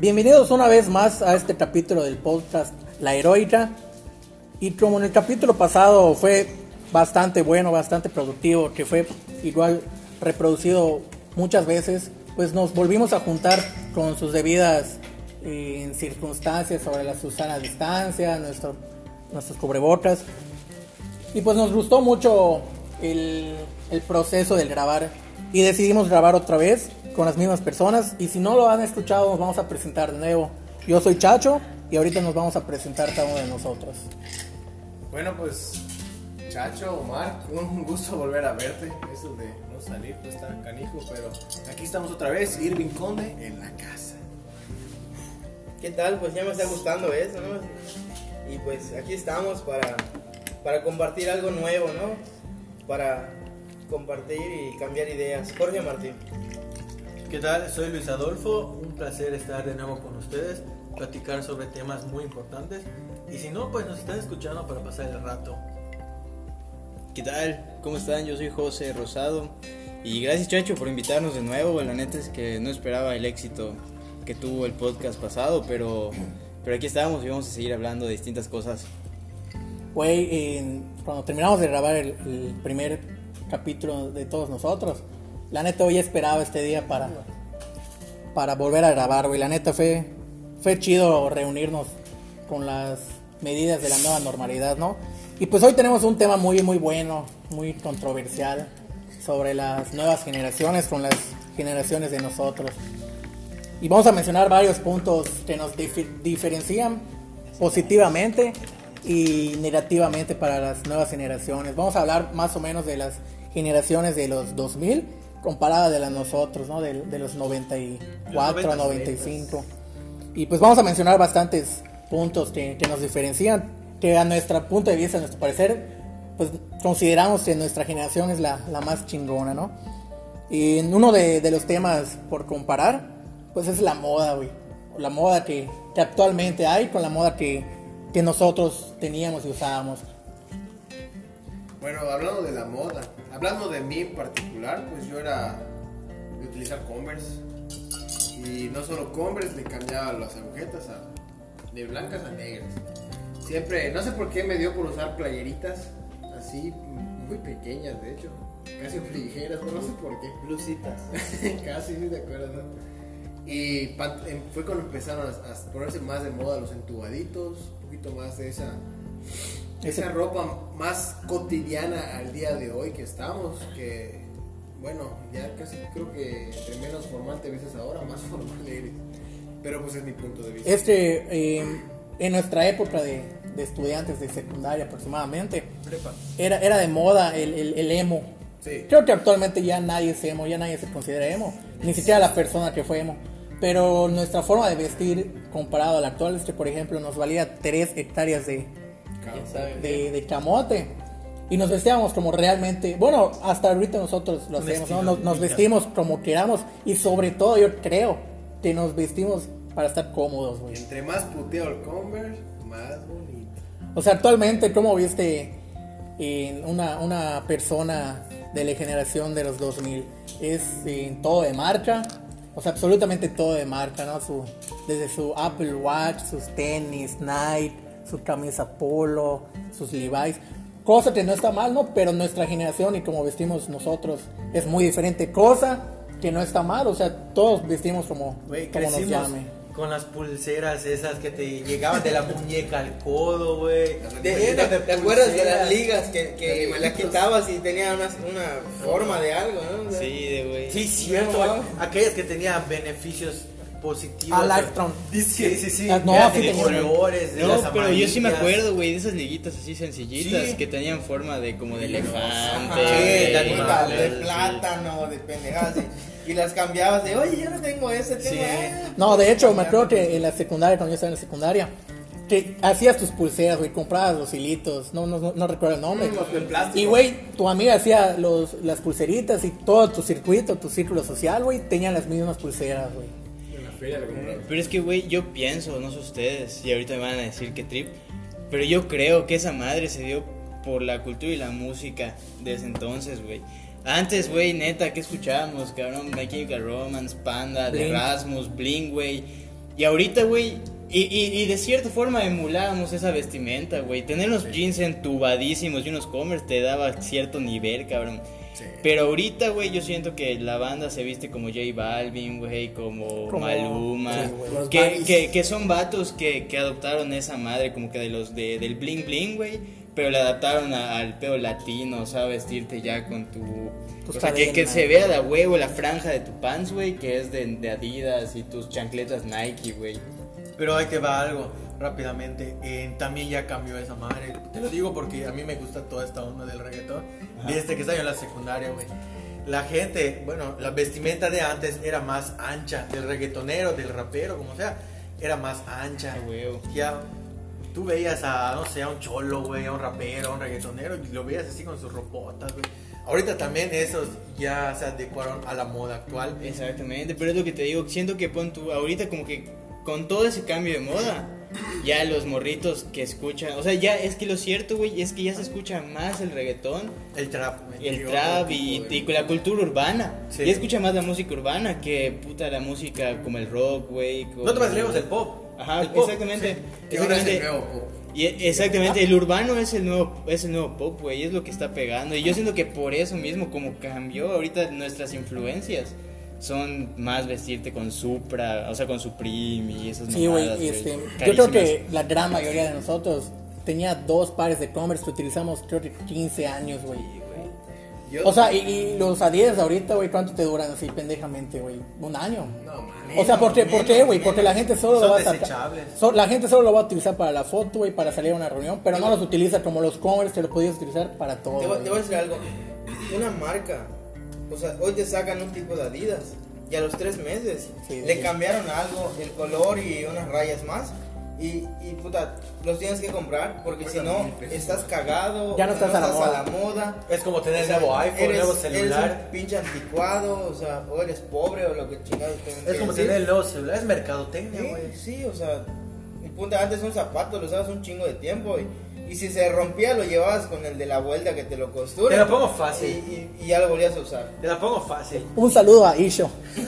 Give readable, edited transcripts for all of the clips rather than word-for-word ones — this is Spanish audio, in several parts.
Bienvenidos una vez más a este capítulo del podcast La Heroica. Y como en el capítulo pasado fue bastante bueno, bastante productivo, que fue igual reproducido muchas veces, pues nos volvimos a juntar con sus debidas circunstancias sobre la Susana distancia, nuestros cubrebocas. Y pues nos gustó mucho el proceso del grabar y decidimos grabar otra vez con las mismas personas. Y si no lo han escuchado, nos vamos a presentar de nuevo. Yo soy Chacho y ahorita nos vamos a presentar cada uno de nosotros. Bueno, pues Chacho, Omar, un gusto volver a verte. Eso de no salir pues está canijo, pero aquí estamos otra vez, Irving Conde en la casa. ¿Qué tal? Pues ya me está gustando eso, ¿no? Y pues aquí estamos para compartir algo nuevo, ¿no? Para compartir y cambiar ideas. Jorge Martín. ¿Qué tal? Soy Luis Adolfo, un placer estar de nuevo con ustedes, platicar sobre temas muy importantes y si no, pues nos están escuchando para pasar el rato. ¿Qué tal? ¿Cómo están? Yo soy José Rosado y gracias Chacho por invitarnos de nuevo. La neta es que no esperaba el éxito que tuvo el podcast pasado, pero aquí estamos y vamos a seguir hablando de distintas cosas. Güey, cuando terminamos de grabar el primer capítulo de todos nosotros, la neta hoy esperaba este día para volver a grabar, güey. La neta fue chido reunirnos con las medidas de la nueva normalidad, ¿no? Y pues hoy tenemos un tema muy muy bueno, muy controversial sobre las nuevas generaciones con las generaciones de nosotros. Y vamos a mencionar varios puntos que nos diferencian positivamente y negativamente para las nuevas generaciones. Vamos a hablar más o menos de las generaciones de los 2000 comparada de las nosotros, ¿no? De los 94, 95. Y pues vamos a mencionar bastantes puntos que nos diferencian, que a nuestro punto de vista, a nuestro parecer, pues consideramos que nuestra generación es la más chingona, ¿no? Y uno de los temas por comparar, pues es la moda, güey. La moda que actualmente hay con la moda que nosotros teníamos y usábamos. Bueno, hablando de la moda, hablando de mí en particular, pues yo era de utilizar Converse. Y no solo Converse, le cambiaba las agujetas de blancas a negras. Siempre, no sé por qué me dio por usar playeritas así, muy pequeñas de hecho, casi ligeras, no sé por qué. Blusitas. Casi, ¿sí te acuerdas? ¿No? Y fue cuando empezaron a ponerse más de moda los entubaditos, un poquito más de esa ropa más cotidiana al día de hoy que estamos, que bueno, ya casi creo que entre menos formal te vistes ahora, más formal eres. Pero pues es mi punto de vista. En nuestra época de estudiantes de secundaria aproximadamente, era de moda el emo. Sí. Creo que actualmente ya nadie es emo, ya nadie se considera emo, ni siquiera la persona que fue emo. Pero nuestra forma de vestir comparado a la actual es que, por ejemplo, nos valía 3 hectáreas de camote y nos vestíamos como realmente, bueno, hasta ahorita nosotros lo hacemos, ¿no? Nos vestimos como queramos y sobre todo yo creo que nos vestimos para estar cómodos, güey. Entre más puteo el Converse, más bonito. O sea, actualmente, ¿cómo viste una persona de la generación de los 2000? Es todo de marca, o sea, absolutamente todo de marca, ¿no? Desde su Apple Watch, sus tenis, Nike, su camisa polo, sus Levi's, cosa que no está mal, ¿no? Pero nuestra generación y como vestimos nosotros es muy diferente, cosa que no está mal, o sea, todos vestimos como nos llame. Con las pulseras esas que te llegaban de la muñeca al codo, güey. ¿Te acuerdas de las ligas que la quitabas y tenía una forma de algo, ¿no? O sea, Sí, güey. Sí, cierto, güey. Aquellas que tenían beneficios positivos. A Lifetron. Sí. No, Eran sí de tenía. colores, de No, las pero yo sí me amarillas. acuerdo, güey, de esas liguitas así sencillitas Sí. que tenían forma de como de elefante, ajá, de de animales, plátano, de pendejadas. Y las cambiabas de, oye, yo no tengo ese, tengo No, de hecho, me acuerdo que en la secundaria, cuando yo estaba en la secundaria, que hacías tus pulseras, güey, comprabas los hilitos, no recuerdo el nombre. Los de plástico. Y, güey, tu amiga hacía las pulseritas y todo tu circuito, tu círculo social, güey, tenían las mismas pulseras, güey. En la feria lo compraba. Pero es que, güey, yo pienso, no sé ustedes, y ahorita me van a decir que trip, pero yo creo que esa madre se dio por la cultura y la música de ese entonces, güey. Antes, güey, neta, ¿qué escuchábamos? Cabrón, My Chemical Romance, Panda, Blink. The Rasmus, Blink, güey. Y ahorita, güey, y de cierta forma emulábamos esa vestimenta, güey. Tener los jeans entubadísimos y unos Converse te daba cierto nivel, cabrón. Sí. Pero ahorita, güey, yo siento que la banda se viste como J Balvin, güey, como Maluma, sí, güey. Los Bunnies. que son vatos que adoptaron esa madre como que de los del bling bling, güey, pero le adaptaron al pedo latino, o sea, vestirte ya con Tus o sea, que cadenas. se vea de a huevo la franja de tu pants, güey, que es de Adidas, y tus chancletas Nike, güey. Pero ahí te va algo rápidamente. También ya cambió esa madre. Te lo digo porque a mí me gusta toda esta onda del reggaetón. Desde que estaba en la secundaria, güey. La gente, bueno, la vestimenta de antes era más ancha. Del reggaetonero, del rapero, como sea, era más ancha. A huevo. Ya tú veías a, no sé, a un cholo, güey, a un rapero, a un reggaetonero, y lo veías así con sus ropotas, güey. Ahorita también esos ya se adecuaron a la moda actual. Exactamente, pero es lo que te digo, siento que pon tú, ahorita como que con todo ese cambio de moda, ya los morritos que escuchan, o sea, ya es que lo cierto, güey, es que ya se escucha más el reggaetón, El trap, güey. el trap y la cultura urbana. Sí. Ya escucha más la música urbana que puta la música como el rock, güey. como- No te más lejos el pop. Ajá, El pop, exactamente. Que ahora es el Exactamente. nuevo pop. Y exactamente, el urbano es el nuevo pop, güey, es lo que está pegando. Y yo siento que por eso mismo, como cambió ahorita nuestras influencias, son más vestirte con Supra, o sea, con Supreme y esas Sí, mamadas, güey, güey, yo creo carísimas. que la gran mayoría de nosotros tenía 2 pares de Converse que utilizamos, creo que 15 años, güey. Yo- O sea, y los Adidas ahorita, güey, ¿cuánto te duran así pendejamente, güey? ¿Un año? No, man. O sea, ¿por qué, güey? Porque la gente solo Son lo va a sacar. desechables. La gente solo lo va a utilizar para la foto, güey, para salir a una reunión, pero no los utiliza como los Converse que lo podías utilizar para todo. Te güey. voy a decir algo. Una marca, o sea, hoy te sacan un tipo de Adidas y a los 3 meses Sí, le sí. cambiaron algo, el color y unas rayas más. Y puta, los tienes que comprar porque si no estás cagado, Ya no estás a la moda. moda. Es como tener O sea, nuevo iPhone, nuevo Eres celular. un pinche anticuado, o sea, o eres pobre o lo que chingados tengan Es que como decir. tener el nuevo celular. Es mercadotecnia, güey. Sí, sí, o sea, y punta, antes un zapato lo usabas un chingo de tiempo y si se rompía lo llevabas con el de la vuelta que te lo costura. Te la pongo fácil. Y ya lo volvías a usar. Te la pongo fácil. Un saludo a Isho.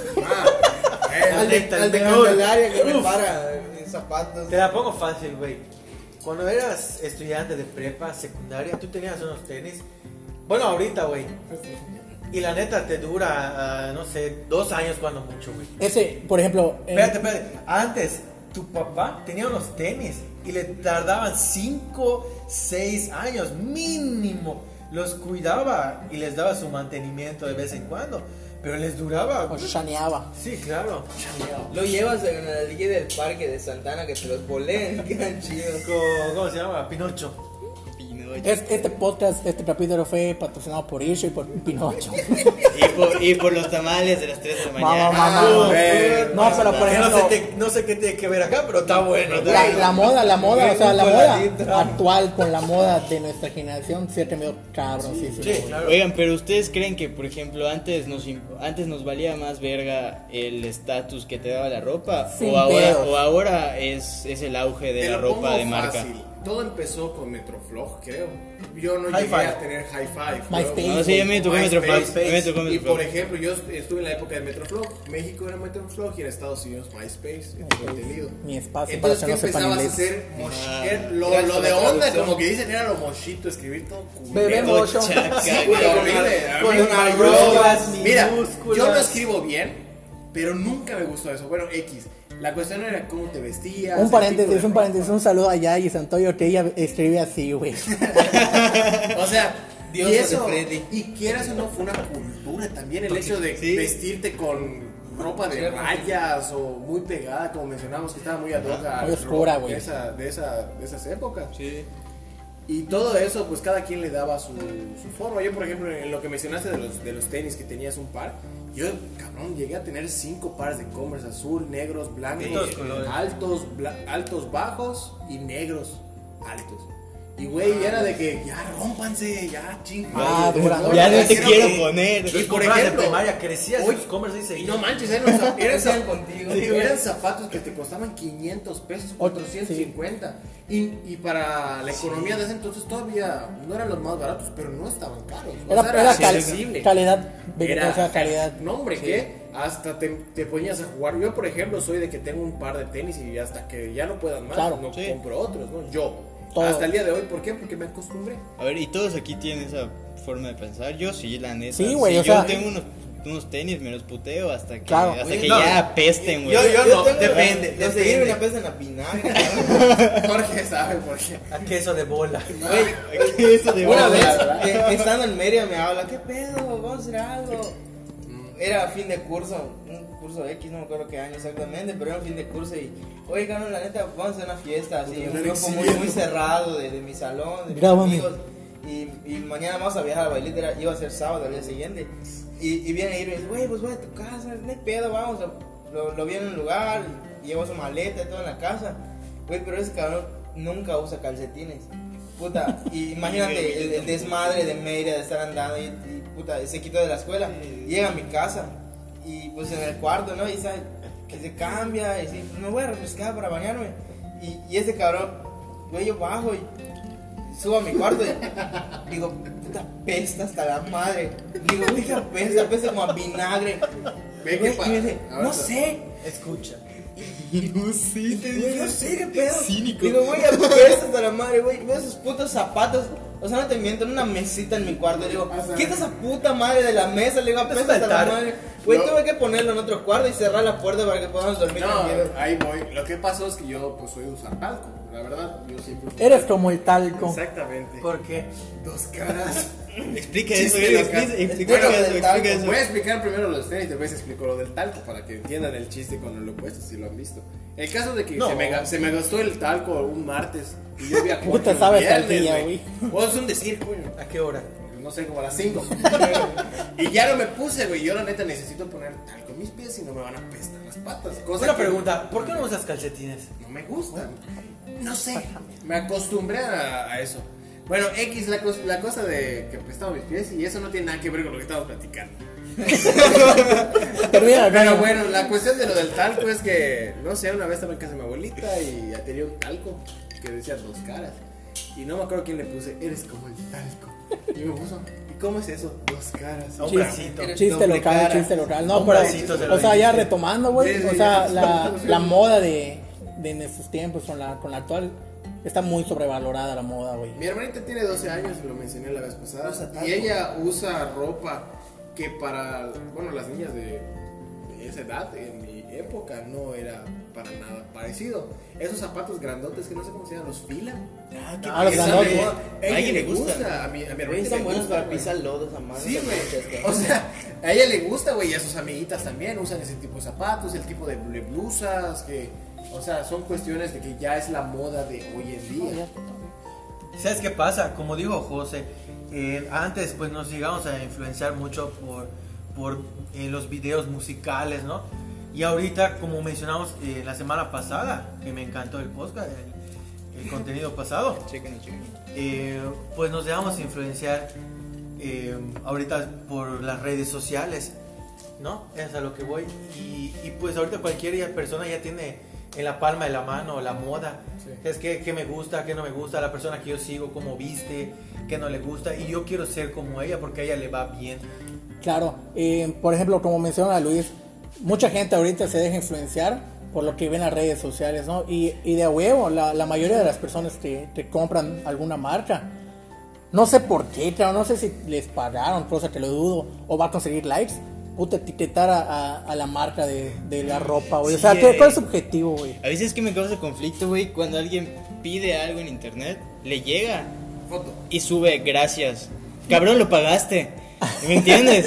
Al de neta, el de mejor. Candelaria que Uf. repara zapatos. Te la pongo fácil, güey. Cuando eras estudiante de prepa, secundaria, tú tenías unos tenis. Bueno, ahorita, güey. Y la neta te dura, no sé, 2 años cuando mucho, güey. Ese, por ejemplo, Espérate. Antes, tu papá tenía unos tenis y le tardaban 5, 6 años mínimo. Los cuidaba y les daba su mantenimiento de vez en cuando. Pero les duraba. o shaneaba. Sí, claro. Lo llevas en la liga del parque de Santana que te los boleen, quedan chidos. ¿Cómo se llama? Pinocho. Este podcast, este capítulo fue patrocinado por Isho y por Pinocho. Y por los tamales de las 3 de la Mamá, mañana. mamá. güey. No, pero por ejemplo, No sé qué tiene que ver acá, pero está bueno. la moda, o sea, la Un moda coladito. actual con la moda de nuestra generación se ha cambiado cabrón. Sí, Sí, claro. Oigan, pero ustedes creen que, por ejemplo, antes nos valía más verga el estatus que te daba la ropa, Sin o pedos. ahora es el auge de Te la lo ropa pongo de marca. fácil. Todo empezó con Metroflog, creo. Yo no Hi-Fi. llegué a tener Hi-Fi. MySpace. No, sí, a mí me tocó MySpace. Metroflog. a mí me tocó Y Metroflog. por ejemplo, yo estuve en la época de Metroflog. México era Metroflog y en Estados Unidos MySpace. En contenido. Mi espacio para Entonces, que ¿qué no sepan empezabas a inglés. hacer? Era Lo de la onda, traducción. como que dicen, era lo mochito, escribir todo culero. Bebé mocho. Chaca, Sí, güey, horrible. Con A mí- una mayúsculas, Mira, minúsculas. yo lo escribo bien, pero nunca me gustó eso. Bueno, X. La cuestión era cómo te vestías. Un el paréntesis, tipo de un saludo a Yagi Santoyo que ella escribe así, güey. O sea, Dios y de eso, Freddy. y quieras o no, fue una cultura también el hecho de Sí. vestirte con ropa de rayas o muy pegada, como mencionamos, que estaba muy ad hoc a Muy oscura, ropa güey. de esas épocas. Sí. Y todo eso, pues cada quien le daba su forma. Yo, por ejemplo, en lo que mencionaste de los tenis que tenías un par, yo, cabrón, llegué a tener 5 pares de Converse azul, negros, blancos, De todos colores. altos, bajos y negros altos. Y güey, era de que ya rómpanse, ya chingados. Ah, dura, Ya no te Quiero- quiero poner. Y Los por comprabas de ejemplo, primaria, crecías hoy- sus Converse y Y seguían. no manches, eran contigo. eran zapatos que te costaban 500 pesos, 450. Y para la economía de ese entonces todavía no eran los más baratos, pero no estaban caros. O sea, Era accesible. calidad, Era- o sea, calidad. No, hombre, ¿qué? Hasta te ponías a jugar. Yo, por ejemplo, soy de que tengo un par de tenis y hasta que ya no puedan más, Claro. no Sí. compro otros, ¿no? Yo. Todo. Hasta el día de hoy, ¿por qué? Porque me acostumbré. A ver, ¿y todos aquí tienen esa forma de pensar? Yo sí, la neta. Sí, güey, Si o yo sea- tengo unos tenis, me los puteo hasta que, Claro. hasta Oye, que no, ya apesten, güey. yo no, tengo- depende, Los de depende. Irving apesan a vinagre. Jorge sabe por qué. A queso de bola. Güey, Eso de una bola. vez, estando en Mérida, me habla, ¿qué pedo? Vamos a hacer algo. Era fin de curso, un curso X, no me acuerdo qué año exactamente, pero era un fin de curso y, oye, cabrón, la neta, vamos a hacer una fiesta, así, un grupo muy cerrado de mi salón, de mis Grábame. amigos, y mañana vamos a viajar a Bailita, iba a ser sábado al día siguiente, y viene y dice, güey, pues voy a tu casa, no hay pedo, vamos, lo vi en un lugar, y llevó su maleta y todo en la casa, güey, pero ese cabrón nunca usa calcetines. Puta, y imagínate el desmadre de Mérida de estar andando y puta, se quitó de la escuela, llega a mi casa y pues en el cuarto, ¿no? Y sabe que se cambia y dice, me voy a refrescar para bañarme. Y ese cabrón, güey, yo bajo y subo a mi cuarto y digo, puta, pesta hasta la madre. Digo, hija, pesta como a vinagre. Ve Güey, qué pa- y me dice, ahora no sí. sé. Escucha. No sé, te Güey, no sé qué pedo. Cínico. Digo, güey, apesta hasta la madre, güey. Veo esos putos zapatos. O sea, no te miento, en una mesita en mi cuarto. Digo, quita esa puta madre de la mesa. Le digo, apesta hasta la altar. madre. Güey, No. tuve que ponerlo en otro cuarto y cerrar la puerta para que podamos dormir No, tranquilos. ahí voy. Lo que pasó es que yo pues soy de usar talco. La verdad, yo siempre uso Eres talco. como el talco. Exactamente. ¿Por qué? Dos caras. Explica Chiste eso, local. explica Bueno, eso, explica eso. Voy a explicar primero los tenis y después explico lo del talco para que entiendan el chiste cuando lo he puesto, si lo han visto. El caso de que No. se me gastó el talco un martes y yo vi a Puta, cuatro sabes viernes, al día, güey. O es un decir, coño. ¿A qué hora? No sé, como a las 5. Y ya no me puse, güey. Yo la neta necesito poner talco en mis pies y no me van a apestar las patas. Cosa Una que pregunta, ¿por qué no usas calcetines? no me gustan. No sé. Me acostumbré a eso. Bueno, X, la cosa de que apestaba mis pies y eso no tiene nada que ver con lo que estamos platicando. Termina, Pero bueno, la cuestión de lo del talco es que, no sé, una vez estaba en casa de mi abuelita y ya tenía un talco que decía dos caras. Y no me acuerdo quién le puse, eres como el talco. Y me puso, ¿y cómo es eso? Dos caras. A un Chiste. bracito. Eres Chiste doble local, cara. chiste local. No, Un pero, bracito se lo o sea, ya dijiste. retomando, güey. Sí, sí, O sea, ya. la moda de en estos tiempos con la actual está muy sobrevalorada la moda, güey. Mi hermanita tiene 12 años, lo mencioné la vez Usa pasada. talco. Y ella usa ropa que para, bueno, las niñas de esa edad, en mi época, no era para nada parecido. Esos zapatos grandotes que no sé cómo se llaman, los fila. Ah, los Esa grandotes. moda, a ella alguien le le gusta. gusta. A mi Güey, hermanita están le buenos gusta, para güey. pisar lodo esa madre. Sí, esa güey. mancha, es que- O sea, a ella le gusta, güey, y a sus amiguitas también usan ese tipo de zapatos, el tipo de blusas, que, o sea, son cuestiones de que ya es la moda de hoy en día. ¿Sabes qué pasa? Como dijo José, antes pues nos llegamos a influenciar mucho por los videos musicales, ¿no? Y ahorita, como mencionamos la semana pasada, que me encantó el podcast, el contenido pasado, Chéquenlo. pues nos dejamos influenciar ahorita por las redes sociales, ¿no? Es a lo que voy. Y pues ahorita cualquier persona ya tiene en la palma de la mano la moda. Sí. Es que me gusta, que no me gusta, la persona que yo sigo, cómo viste, que no le gusta. Y yo quiero ser como ella porque a ella le va bien. Claro, por ejemplo, como menciona Luis, mucha gente ahorita se deja influenciar por lo que ven en las redes sociales, ¿no? Y de a huevo, la mayoría de las personas que compran alguna marca, no sé por qué, claro, no sé si les pagaron, cosa que lo dudo, o va a conseguir likes, puta, etiquetar a la marca de la ropa, güey. O sea, Sí, ¿cuál es su objetivo, güey? A veces que me causa conflicto, güey, cuando alguien pide algo en internet, le llega Foto. y sube gracias. Cabrón, lo pagaste. ¿Me entiendes?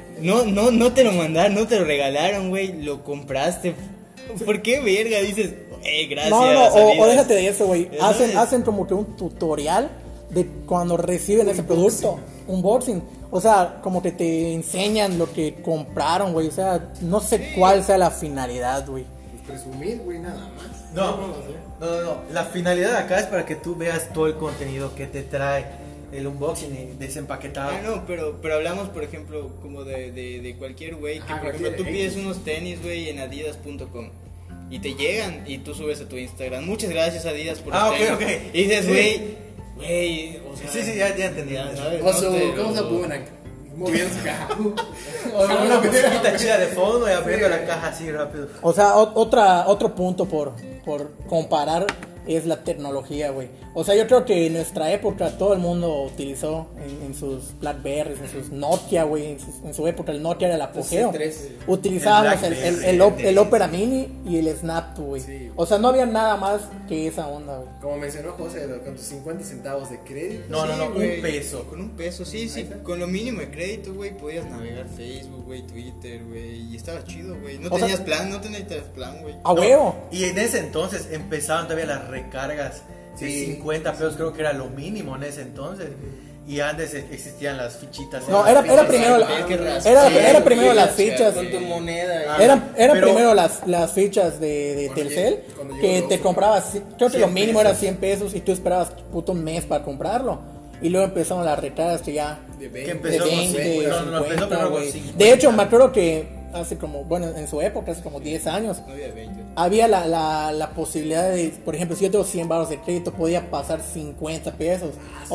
No te lo mandaron, no te lo regalaron, güey, lo compraste. ¿Por qué verga dices, gracias? No, o Adidas"? déjate de eso, güey. ¿Sabes? Hacen como que un tutorial de cuando reciben ese producto, unboxing. O sea, como que te enseñan lo que compraron, güey. O sea, no sé cuál sea la finalidad, güey. presumir, güey, nada más. No, lo sé. no. La finalidad acá es para que tú veas todo el contenido que te trae el unboxing y desempaquetado. Ah, no, pero hablamos, por ejemplo, como de cualquier güey que, Ajá, por ejemplo, tú cualquier pides unos tenis, güey, en adidas.com y te llegan y tú subes a tu Instagram. Muchas gracias, Adidas, por los Ah, ok, tenis. ok. Y dices, Sí. güey, o sea, Sí, ya entendí. ya sabes, O su, no te- ¿cómo se o- apunan? Moviendo su caja. Una musiquita chida de fondo y abriendo la caja así rápido. O sea, otro punto por comparar es la tecnología, güey. O sea, yo creo que en nuestra época todo el mundo utilizó en sus Blackberries, en sus Nokia, güey. En su época el Nokia era el apogeo. C3. Utilizábamos El el Opera Mini y el Snap, güey. Sí. O sea, no había nada más que esa onda, güey. Como mencionó José, con tus 50 centavos de crédito. No, güey, un peso. Con un peso, sí, Ahí está. con lo mínimo de crédito, güey, podías navegar Facebook, güey, Twitter, güey, y estaba chido, güey. No O sea- tenías plan, no tenías plan, güey. A huevo. Y en ese entonces empezaban todavía las recargas de Sí. 50 pesos, creo que era lo mínimo en ese entonces. Y antes existían las fichitas. No, Las era fichas. primero Sí, era primero sí, las sí, fichas. Con tu moneda. Eran Pero- primero las fichas de Cuando Telcel, cuando llegó que el te Oxxo. comprabas, creo que lo 100 mínimo era pesos. 100 pesos y tú esperabas puto un mes para comprarlo. Y luego empezaron las recargas que ya De Que 20. empezó de con 20, 50, no, empezó 50, primero con güey. 50. De hecho, me acuerdo que hace como, bueno, en su época, hace como 10 años, No había 20. había la posibilidad de, por ejemplo, si yo tengo 100 baros de crédito, podía pasar 50 pesos.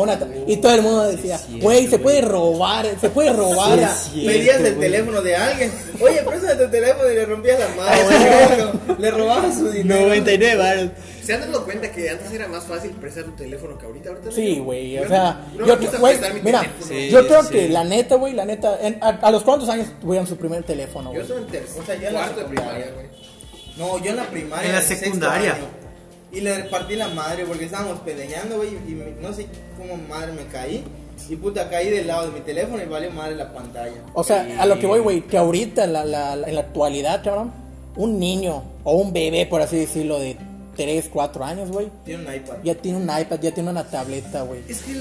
Y todo el mundo decía, Sí, güey, se cierto, puede güey. robar, se puede robar. Mira, Sí, pedías el güey. teléfono de alguien. Oye, préstame tu teléfono y le rompías la madre. Le robabas su dinero. 99 baros. ¿Se han dado cuenta que antes era más fácil prestar tu teléfono que ahorita? Ahorita Sí, no. güey, o Yo sea, no yo, me gusta güey, prestar mi mira, teléfono. Sí, yo creo sí. que la neta, güey, la neta, a los cuántos años tuvieron su primer teléfono, Yo güey. estoy en tercer, O sea, ya en la cuarto de secundaria. primaria, güey. No, yo en la primaria. En la sexto secundaria. año. Y le partí la madre porque estábamos pedeñando, güey. Y no sé cómo madre me caí. Y puta, caí del lado de mi teléfono y valió madre la pantalla. O sea, a lo que voy, güey, que ahorita, en la actualidad, cabrón, un niño o un bebé, por así decirlo, de 3, 4 años, güey, Tiene un iPad. ya tiene un iPad, ya tiene una tableta, güey. Es que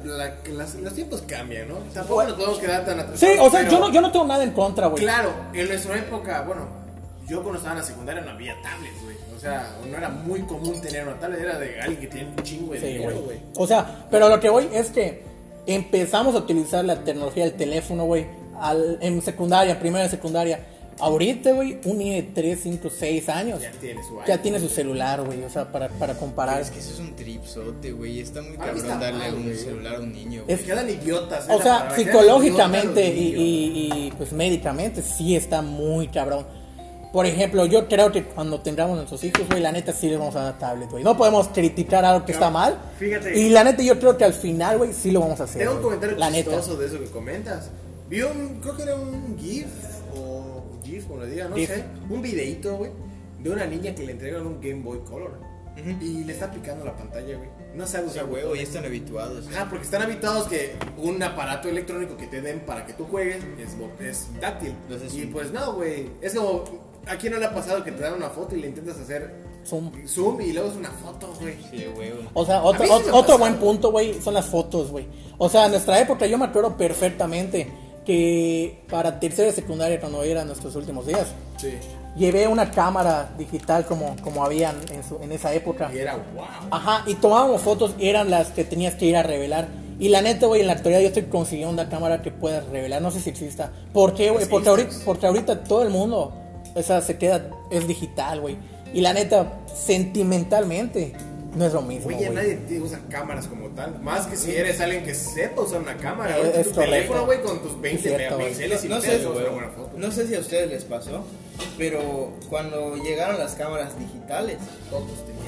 los tiempos cambian, ¿no? Tampoco nos podemos quedar tan atrasados. Sí, o sea, pero, yo no tengo nada en contra, güey. Claro, en nuestra época, bueno, yo cuando estaba en la secundaria no había tablets, güey. O sea, no era muy común tener una tablet, era de alguien que tiene un chingo de Sí, dinero, güey. güey. O sea, pero lo que voy es que empezamos a utilizar la tecnología del teléfono, güey, en secundaria, primera de secundaria. Ahorita, güey, un niño de 3, 5, 6 años Ya tiene su ya iPhone. tiene su celular, güey, o sea, para comparar. Es que eso es un tripsote, güey. Está muy Para mí cabrón está darle mal, un güey. celular a un niño, Es güey. Quedan idiotas. O esa sea, palabra, psicológicamente quedan idiotas los niños. y pues médicamente sí está muy cabrón. Por ejemplo, yo creo que cuando tengamos nuestros hijos, güey, la neta sí les vamos a dar tablet, güey. No podemos criticar algo que está mal. Fíjate. Y la neta yo creo que al final, güey, sí lo vamos a hacer. Tengo un güey. comentario La neta. chistoso de eso que comentas. Vi creo que era un GIF o GIF, como le diga, no GIF. sé. Un videito, güey, de una niña que le entregan un Game Boy Color. Y le está picando la pantalla, güey. No sabe O sea, usar huevo, botones. ya están habituados. Ah, porque están habituados que un aparato electrónico que te den para que tú juegues es táctil. Entonces, Y pues no, güey. Es como, ¿a quién no le ha pasado que te dan una foto y le intentas hacer Zoom. y luego es una foto, güey? Sí, huevo. O sea, A mí sí me otro pasaba. buen punto, güey, son las fotos, güey. O sea, en nuestra época yo me acuerdo perfectamente que para tercera y secundaria, cuando eran nuestros últimos días, Sí. llevé una cámara digital como habían en esa época. Y era wow. Ajá, y tomábamos fotos, eran las que tenías que ir a revelar. Y la neta, güey, en la actualidad yo estoy consiguiendo una cámara que puedas revelar, no sé si exista. ¿Por qué, güey? Las Porque ahorita todo el mundo, o sea, es digital, güey. Y la neta, sentimentalmente, no es lo mismo, Oye, güey. nadie te usa cámaras como tal. Más que si eres alguien que sepa usar una cámara. Es Ahorita tu correcto. teléfono, güey, con tus 20 Es cierto, megapíxeles y No sé, puedes güey. hacer una buena foto. No sé si a ustedes les pasó, pero cuando llegaron las cámaras digitales, Todos tenían.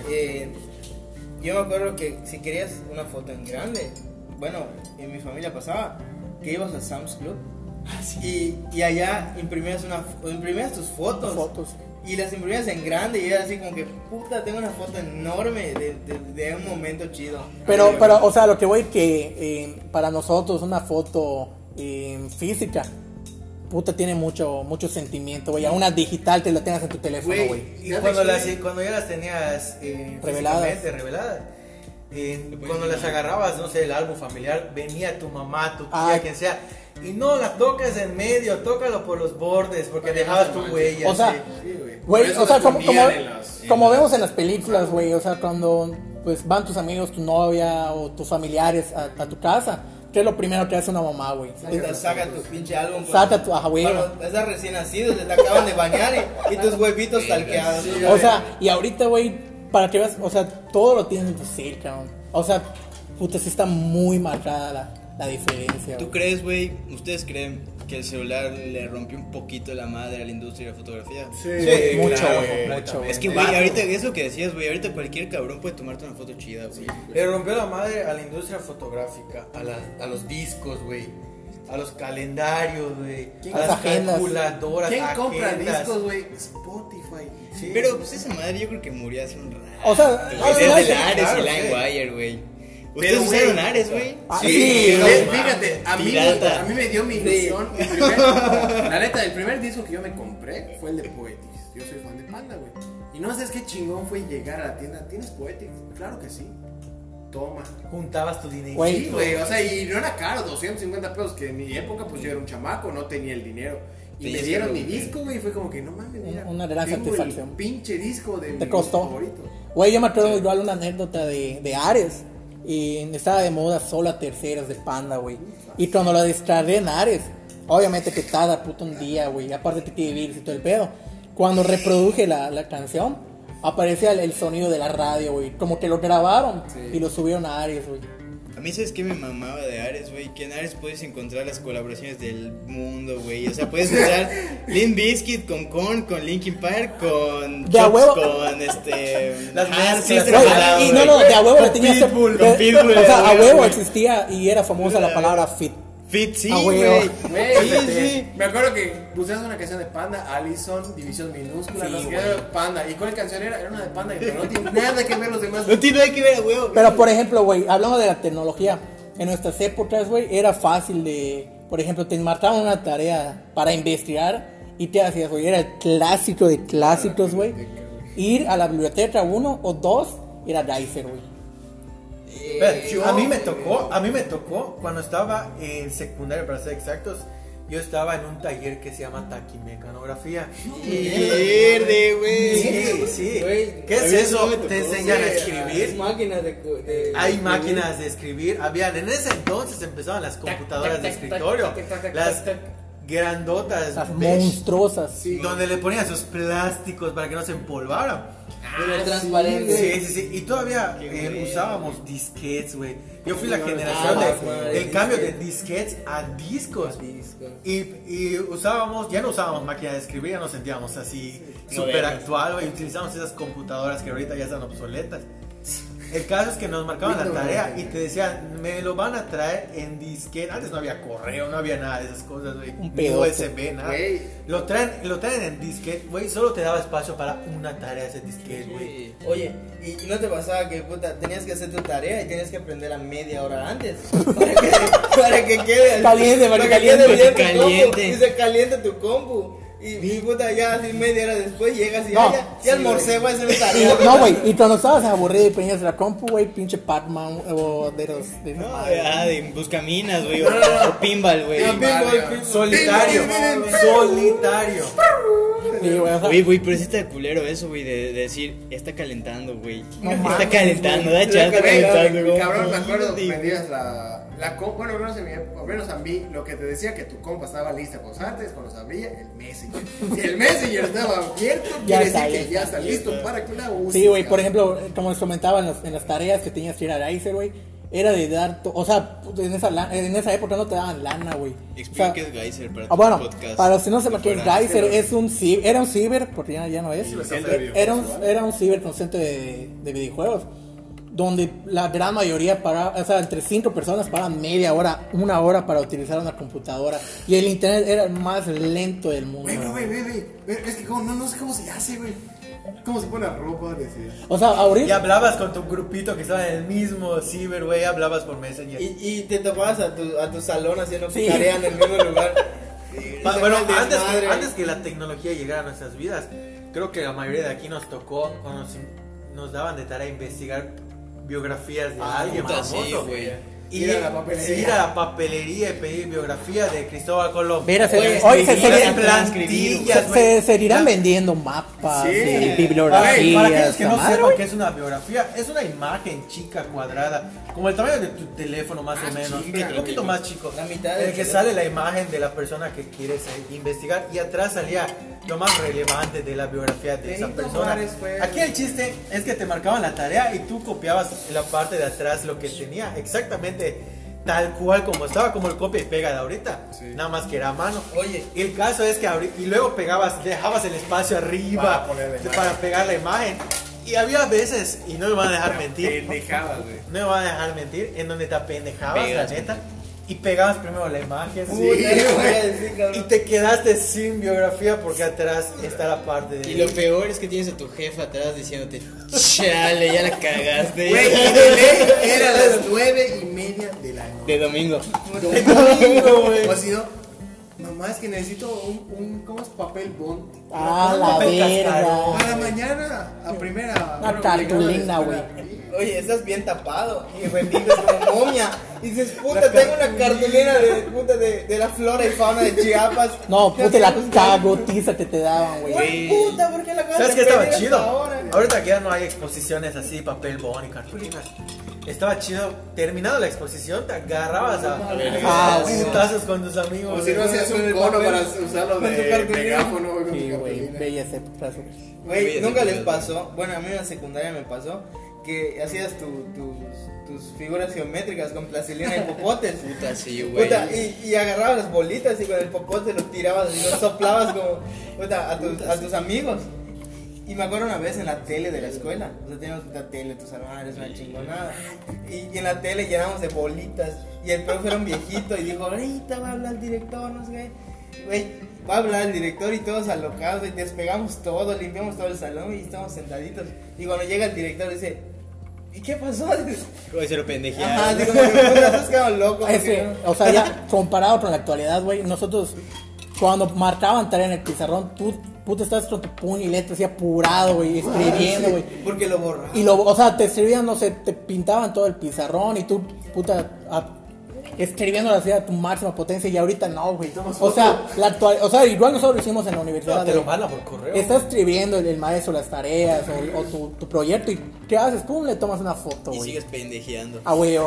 yo me acuerdo que si querías una foto en grande, bueno, en mi familia pasaba que ibas a Sam's Club y allá imprimías tus fotos. Y las imprimías en grande y era así como que, puta, tengo una foto enorme de un momento chido. Pero, o sea, lo que voy que para nosotros una foto física, puta, tiene mucho sentimiento, güey. A una digital te la tengas en tu teléfono, güey. Güey, Y cuando ya las tenías Reveladas. físicamente reveladas, cuando las agarrabas, no sé, el álbum familiar, venía tu mamá, tu tía, quien sea, y no la toques en medio, tócalo por los bordes, porque dejabas tu huella. O sea, Sí, güey, Por o sea, eso como, se como, ponían como vemos en las películas, güey, o sea, cuando pues van tus amigos, tu novia o tus familiares a tu casa, ¿qué es lo primero que hace una mamá, güey? Saca tu pinche álbum. Saca tu güey. Cuando estás recién nacido, te acaban de bañar y tus huevitos talqueados. O sea, y ahorita, güey, para que veas, o sea, todo lo tienes en tu cel, cabrón. O sea, puta, sí está muy marcada la diferencia. ¿Tú güey. crees, güey? ¿Ustedes creen que el celular le rompió un poquito la madre a la industria de la fotografía? Sí, mucho, claro, güey, mucho, güey. Es que, güey, ahorita es lo que decías, güey. Ahorita cualquier cabrón puede tomarte una foto chida, güey. Le rompió la madre a la industria fotográfica, a los discos, güey, a los calendarios, güey, a las agendas? calculadoras, ¿Quién compra agendas. discos, güey? Spotify. Sí. Pero, pues, esa madre yo creo que murió hace un rato. O sea, güey, desde el Ares claro, y sí. LimeWire, güey. Pero, ¿Ustedes usaron Ares, güey? Sí, pero- güey. Fíjate, Pirata. a mí me dio mi ilusión. La neta, el primer disco que yo me compré fue el de Poetics. Yo soy fan de Panda, güey. Y no sabes qué chingón fue llegar a la tienda. ¿Tienes Poetics? Claro que sí. Toma. Juntabas tu dinero. Güey. Sí, güey, o sea, y no era caro, 250 pesos, que en mi época pues yo era un chamaco, no tenía el dinero. Y Tenías me que dieron mi romper. disco, güey, y fue como que no mames, mira. Una gran tengo satisfacción. el pinche disco de mi Te costó. favorito. Güey, yo me acuerdo igual una anécdota de Ares. Y estaba de moda solo a terceras de Panda, güey. Y cuando lo descargué en Ares, obviamente que tarda puto un día, güey. Aparte te tiene virus y todo el pedo. Cuando reproduje la canción, aparecía el sonido de la radio, güey. Como que lo grabaron y lo subieron a Ares, güey. A mí, ¿sabes qué me mamaba de Ares, güey? Que en Ares puedes encontrar las colaboraciones del mundo, güey. O sea, puedes encontrar Limp Bizkit con Korn, con Linkin Park, con De a Chops, huevo. con Las mezclas, System güey, of a Down, Y no, güey. no, de a huevo Con le tenías Pitbull, con Pitbull. O sea, a güey, huevo güey. existía y era famosa la palabra fit. Fit, sí, Ah, güey, güey. Güey, Sí, sí. me acuerdo que pusieras una canción de Panda, Allison, División Minúscula, Sí, no sé qué, güey. era Panda. ¿Y cuál canción era? Era una de Panda, pero no tiene nada que ver los demás. No tiene nada que ver, güey. Pero por ejemplo, güey, hablando de la tecnología, en nuestras épocas, güey, era fácil de, por ejemplo, te marcaban una tarea para investigar y te hacías, güey, era el clásico de clásicos, güey. Ir a la biblioteca 1 o 2 era Geyser, güey. Espera, a mí me tocó cuando estaba en secundaria, para ser exactos. Yo estaba en un taller que se llama taquimecanografía. Verde, güey. Sí. Güey, ¿Qué a es mí eso eso? me tocó, Te enseñan a güey. escribir. Máquinas de Hay máquinas de escribir. Habían, en ese entonces empezaban las computadoras de escritorio. Las grandotas. Las beige, monstruosas. donde le ponían sus plásticos para que no se empolvaran. Pero transparente. Sí. Y todavía usábamos disquetes, güey. Yo fui la generación madre, del cambio de disquetes. disquetes a discos. Disco. Y usábamos, ya no usábamos máquina de escribir, ya nos sentíamos así súper Modernos. actual, güey. Utilizamos esas computadoras que ahorita ya están obsoletas. El caso es que nos marcaban la tarea y te decían, me lo van a traer en disquete. Antes no había correo, no había nada de esas cosas, güey. Un Ni pedote. USB, nada. Güey. Lo traen en disquete, güey. Solo te daba espacio para una tarea ese disquete, güey. Oye, ¿y no te pasaba que puta, tenías que hacer tu tarea y tenías que aprender a media hora antes? Para que quede Caliente, para que quede caliente. bien tu Caliente. compu, y se caliente tu compu. Y puta, ya así media hora después llegas y No, ya almorcé, voy a hacer mi Y, tarea. no, güey, y cuando estabas aburrido y ponías la compu, güey, pinche Pac-Man o de los... No, de Buscaminas, güey. O Pinball, güey. Ah, pinball. Solitario. Solitario. Sí, güey, o sea, Oye, güey, pero sí está culero eso, güey, de decir, está calentando, güey. No Está mames, calentando, güey. da chance, está Güey, calentando. cabrón, me acuerdo que Sí, vendías bueno, al menos, al menos a mí, lo que te decía que tu compa estaba lista, pues antes, cuando se abría, el Messenger. Si el Messenger estaba abierto, Ya quiere está, decir ya que ya está. está listo para que la uses. Sí, güey, por cabrón. ejemplo, como les comentaba en las tareas que tenías que ir a Geyser, güey, era de dar, o sea, en esa época no te daban lana, güey. Explica O sea, qué es Geyser para tu bueno, podcast. para los que no sepan qué es Fuera. Geyser, era un ciber, porque ya no es, Era era un ciber con centro de videojuegos, donde la gran mayoría pagaba, o sea, entre 5 personas pagaban media hora, 1 hora para utilizar una computadora, y el internet era el más lento del mundo. Güey, es que no sé cómo se hace, güey. ¿Cómo se pone la ropa? Decía. O sea, Y ahorita... hablabas con tu grupito que estaba en el mismo ciber, güey. Hablabas por Messenger. Y te topabas a tu salón haciendo Sí. tarea en el mismo lugar. Bueno, Se fue el desmadre. antes que la tecnología llegara a nuestras vidas, creo que la mayoría de aquí nos tocó cuando nos daban de tarea investigar biografías de Ah, alguien puta, famoso. sí, güey. Y Ir a la papelería. ir a la papelería y pedir biografía de Cristóbal Colón. Mira, Oye, hoy se escribir, plantillas, güey. se seguirán vendiendo mapas Sí. y Güey, para aquellos bibliografías. que no madre, sepan güey. qué es una biografía, es una imagen chica, cuadrada, como el tamaño de tu teléfono más o menos, chica, un poquito güey. más chico, La mitad en del el que teléfono. sale la imagen de la persona que quieres investigar y atrás salía lo más relevante de la biografía de esa Benito persona. Juárez fue- Aquí el chiste es que te marcaban la tarea y tú copiabas en la parte de atrás lo que tenía exactamente tal cual como estaba, como el copia y pega de ahorita, Sí. nada más que era a mano. Oye, Y el caso es que y luego dejabas el espacio arriba Para poner la imagen. para pegar la imagen. Y había veces, y no me van a dejar mentir, Pendejadas, güey. no me van a dejar mentir, en donde te apendejabas, Pegas, la neta, y pegabas primero la imagen. puta, eso voy a decir, Y cabrón. te quedaste sin biografía porque atrás está la parte de... Y lo peor es que tienes a tu jefa atrás diciéndote, chale, ya la cagaste. Güey, y de ley era las 9:30 de la noche. De domingo. domingo, güey. O si no, mamá, es que necesito un ¿cómo es? Papel bond. Ah, Un la papel verga. cascarón. Para mañana, a primera. Una bueno, cartulina, llegaba de güey. escuela. Oye, estás bien tapado y repites como momia. Y dices, puta, tengo una cartulina de la flora y fauna de Chiapas. No, puta, la Güey, cagotiza que te daban, güey. puta, ¿por qué la acabas ¿Sabes de qué estaba pedir hasta chido? ahora? Ahorita que ya no hay exposiciones así, papel bond y cartulinas. Estaba chido, terminado la exposición, te agarrabas Ah, a güey. putazos con tus amigos. O si no güey. hacías Con un el cono papel, para usarlo con tu de cartulina. megáfono, güey. con Sí, tu güey, cartulina. bellas épocas, güey. Güey, nunca les pasó. Bueno, a mí en la secundaria me pasó que hacías tus figuras geométricas con plastilina y popotes. Puta, sí, güey. Puta, y agarrabas las bolitas y con el popote lo tirabas y lo soplabas como puta, a tus amigos. Y me acuerdo una vez en la tele de la escuela, o sea, teníamos una tele, tu salón, es una chingonada. Y en la tele llenamos de bolitas. Y el profe era un viejito y dijo, ahorita va a hablar el director, no sé qué. Güey, va a hablar el director y todos alocados, y despegamos todo, limpiamos todo el salón y estamos sentaditos. Y cuando llega el director dice, ¿y qué pasó? Como se lo Ajá, pendejearon. digo, puta, todos quedaron locos. Ese, porque no- o sea, ya comparado con la actualidad, güey, nosotros cuando marcaban tarea en el pizarrón, tú estás con tu puño y letra así apurado, güey, escribiendo, güey. Porque lo borraba. Y o sea, te escribían, no sé, te pintaban todo el pizarrón y tú, puta, escribiendo así a tu máxima potencia y ahorita no, güey. O sea, o sea, igual nosotros lo hicimos en la universidad. No, te de- lo mandan por correo. Está escribiendo el maestro las tareas o tu proyecto y ¿qué haces? Pum, le tomas una foto, Y güey. sigues pendejeando. Ah, güey,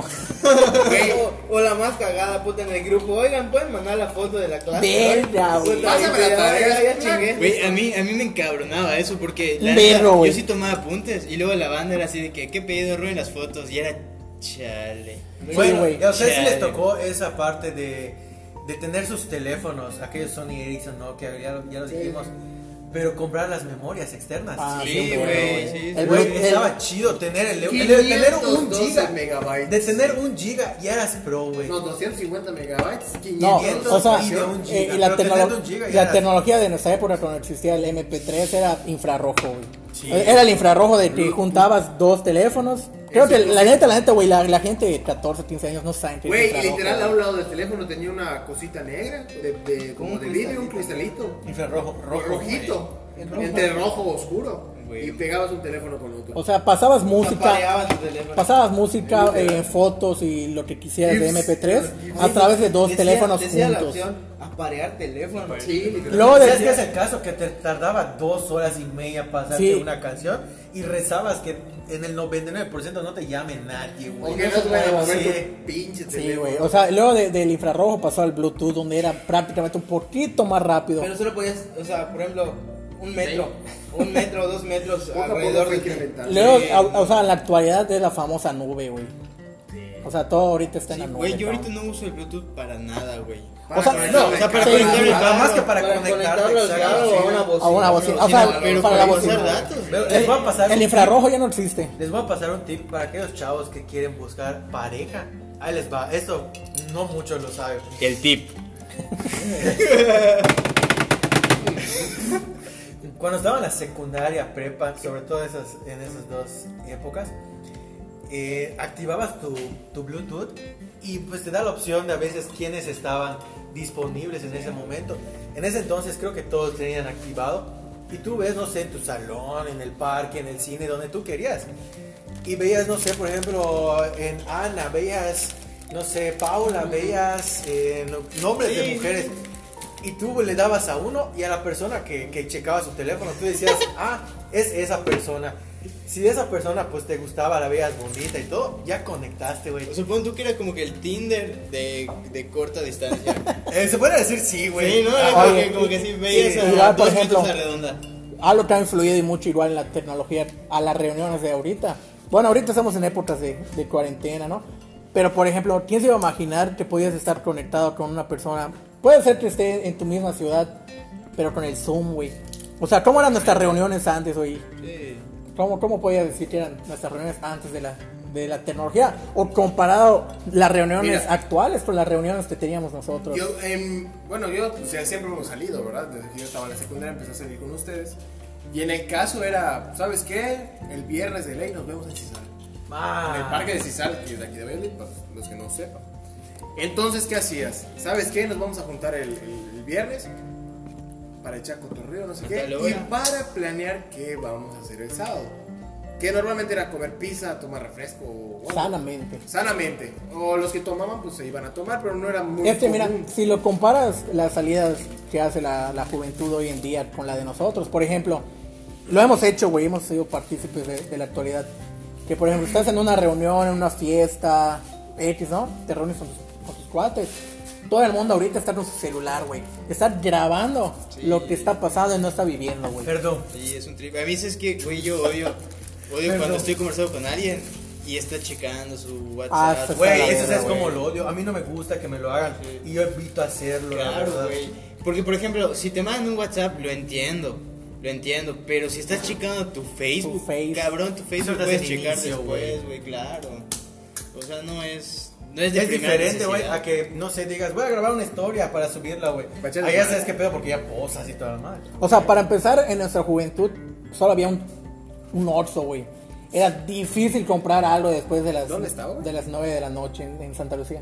O la más cagada, puta, en el grupo. Oigan, ¿pueden mandar la foto de la clase? Verga, güey. Puta, Pásame la ya, tarea. ya chingué. Güey, a mí me encabronaba eso porque Un la berro, neta, güey. yo sí tomaba apuntes y luego la banda era así de que, ¿qué pedido? Ruben las fotos y era chale. Bueno, güey. y a ustedes sí les Chale. tocó esa parte de tener sus teléfonos, aquellos Sony Ericsson, ¿no? Que ya lo dijimos. Pero comprar las memorias externas. Ah, Sí, siempre, güey, sí. El Güey, Blu- estaba chido tener tener un 512 giga. megabytes. De tener un giga ya eras pro, güey. No, 250 megabytes. No, 500 o sea, y de un giga, y la, pero tener un giga ya la era- tecnología de nuestra época cuando existía el MP3 era infrarrojo, güey. Sí. Era el infrarrojo de que juntabas dos teléfonos. Creo que la neta, güey, la gente de 14, 15 años no saben qué es Güey, y infrarrojo, literal a güey. un lado del teléfono tenía una cosita negra, como Un de vidrio, un cristalito. Infrarrojo, rojo. Rojito. Entre rojo oscuro. Güey. Y pegabas un teléfono con otro. O sea, pasabas música, Apareaban tu teléfono. fotos y lo que quisieras de GIFs. MP3 a través de dos teléfonos decía la juntos. opción, aparear teléfono. Sí, literal. Luego ¿Sabes qué de, es el caso? Que te tardaba 2 horas y media pasarte Sí. una canción y rezabas que en el 99% no te llame nadie, güey. O que no se puede mover Sí. tu pinche sí, teléfono. güey. O sea, luego del infrarrojo pasó al Bluetooth, donde era prácticamente un poquito más rápido. Pero solo podías, o sea, por ejemplo, un metro, 2 metros Poco a poco alrededor fue de ti. incrementando. Luego, Sí. o sea, en la actualidad es la famosa nube, güey. O sea, todo ahorita está en la nube. Güey, yo ahorita cabrón. no uso el Bluetooth para nada, güey. O sea, conectarle no, o sea, para cable. conectar el Nada más que para conectarlo conectarte, al carro o a una bocina. A una bocina. O Sí, sea, no, pero para para la pasar bocina. datos. Les voy a pasar El un infrarrojo ya no existe. tip. Les voy a pasar un tip para aquellos chavos que quieren buscar pareja. Ahí les va. Esto no muchos lo saben. El tip. Cuando estaba en la secundaria, prepa, sobre todo en esas dos épocas, activabas tu Bluetooth y pues te da la opción de a veces quiénes estaban disponibles en ese momento. En ese entonces creo que todos tenían activado y tú ves, no sé, en tu salón, en el parque, en el cine, donde tú querías. y veías, no sé, por ejemplo, en Ana, veías, no sé, Paula, veías nombres de mujeres. Y tú le dabas a uno y a la persona que checaba su teléfono, tú decías, ah, es esa persona. Si de esa persona pues te gustaba, la veías bonita y todo, ya conectaste, güey. Supongo tú que era como que el Tinder de corta distancia. Se puede decir sí, güey. Sí, ¿no? Era como que sí veías Sí, a igual, por 2 ejemplo, metros a redonda. Algo que ha influido y mucho igual en la tecnología a las reuniones de ahorita. Bueno, ahorita estamos en épocas de cuarentena, ¿no? Pero, por ejemplo, ¿quién se iba a imaginar que podías estar conectado con una persona? Puede ser que esté en tu misma ciudad, pero con el Zoom, güey. O sea, ¿cómo eran nuestras reuniones antes, güey? Sí. ¿Cómo podías decir que eran nuestras reuniones antes de la tecnología? O comparado las reuniones Mira, actuales con las reuniones que teníamos nosotros. Yo, o sea, siempre hemos salido, ¿verdad? Desde que yo estaba en la secundaria empecé a salir con ustedes. Y en el caso era, ¿sabes qué? El viernes de ley nos vemos en Cizal. En el parque de Cizal, que es de aquí de Belén, para los que no sepan. Entonces, ¿qué hacías? ¿Sabes qué? Nos vamos a juntar el viernes para echar cotorreo, no sé qué. Y para planear qué vamos a hacer el sábado. Que normalmente era comer pizza, tomar refresco. O sanamente. O los que tomaban, pues se iban a tomar, pero no era muy común. Mira, si lo comparas las salidas que hace la juventud hoy en día con la de nosotros, por ejemplo, lo hemos hecho, güey, hemos sido partícipes de la actualidad. Que, por ejemplo, estás en una reunión, en una fiesta, X, ¿no? Te reúnes con tus cuates. Todo el mundo ahorita está con su celular, güey. Está grabando lo que está pasando y no está viviendo, güey. Perdón. Sí, es un trip. A mí es que, güey, yo odio cuando estoy conversando con alguien y está checando su WhatsApp. Güey, la eso verga, es como lo odio. A mí no me gusta que me lo hagan. Y yo evito hacerlo, la Claro, verdad. güey. Porque, por ejemplo, si te mandan un WhatsApp, lo entiendo. Pero si estás checando tu Facebook, cabrón, tu Facebook Eso puedes desde el checar inicio, después, güey, claro. O sea, no es de Es primera diferente, güey, necesidad. a que, no sé, digas, voy a grabar una historia para subirla, güey. Ahí ya sabes qué pedo porque ya posas y toda la madre. O sea, para empezar, en nuestra juventud solo había un Oxxo, güey. Era difícil comprar algo después de las, ¿Dónde estaba? de las 9 de la noche en Santa Lucía.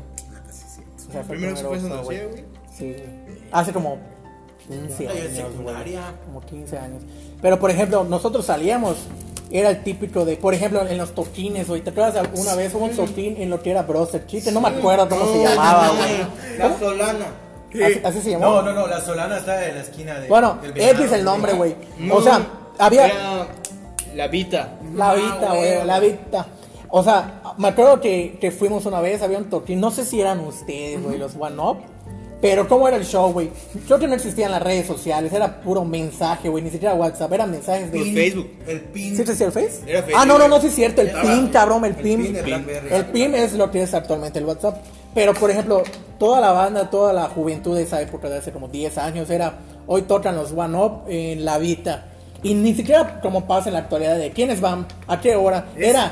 O sea, Primero que se fue a el Santa primer Lucía, Oxxo, güey. Sí, güey. Hace como 15 Ay, años, secundaria. güey. Como 15 años. Pero, por ejemplo, nosotros salíamos, era el típico de, por ejemplo, en los toquines, güey. ¿Te acuerdas una vez hubo un toquín en lo que era Broster Chicken? No me acuerdo cómo se llamaba, güey. La Solana. Así se llamó. No, la Solana está en la esquina de. Bueno, del X Venado, el nombre, güey. No, O sea, había era la Vita. la Vita, güey, la Vita. O sea, me acuerdo que fuimos una vez, había un toquín, no sé si eran ustedes, güey, los One Up. Pero ¿cómo era el show, güey? Creo que no existían las redes sociales, era puro mensaje, güey, ni siquiera WhatsApp, eran mensajes de... Por Facebook. El pin. ¿Sí existía el Face? Era Facebook, No, güey. sí es cierto, el PIN, cabrón, el PIN. de Blackberry. El PIN es lo que es actualmente el WhatsApp. Pero, por ejemplo, toda la banda, toda la juventud de esa época, de hace como 10 años, era, hoy tocan los One Up en La Vita. Y ni siquiera como pasa en la actualidad de quiénes van, a qué hora.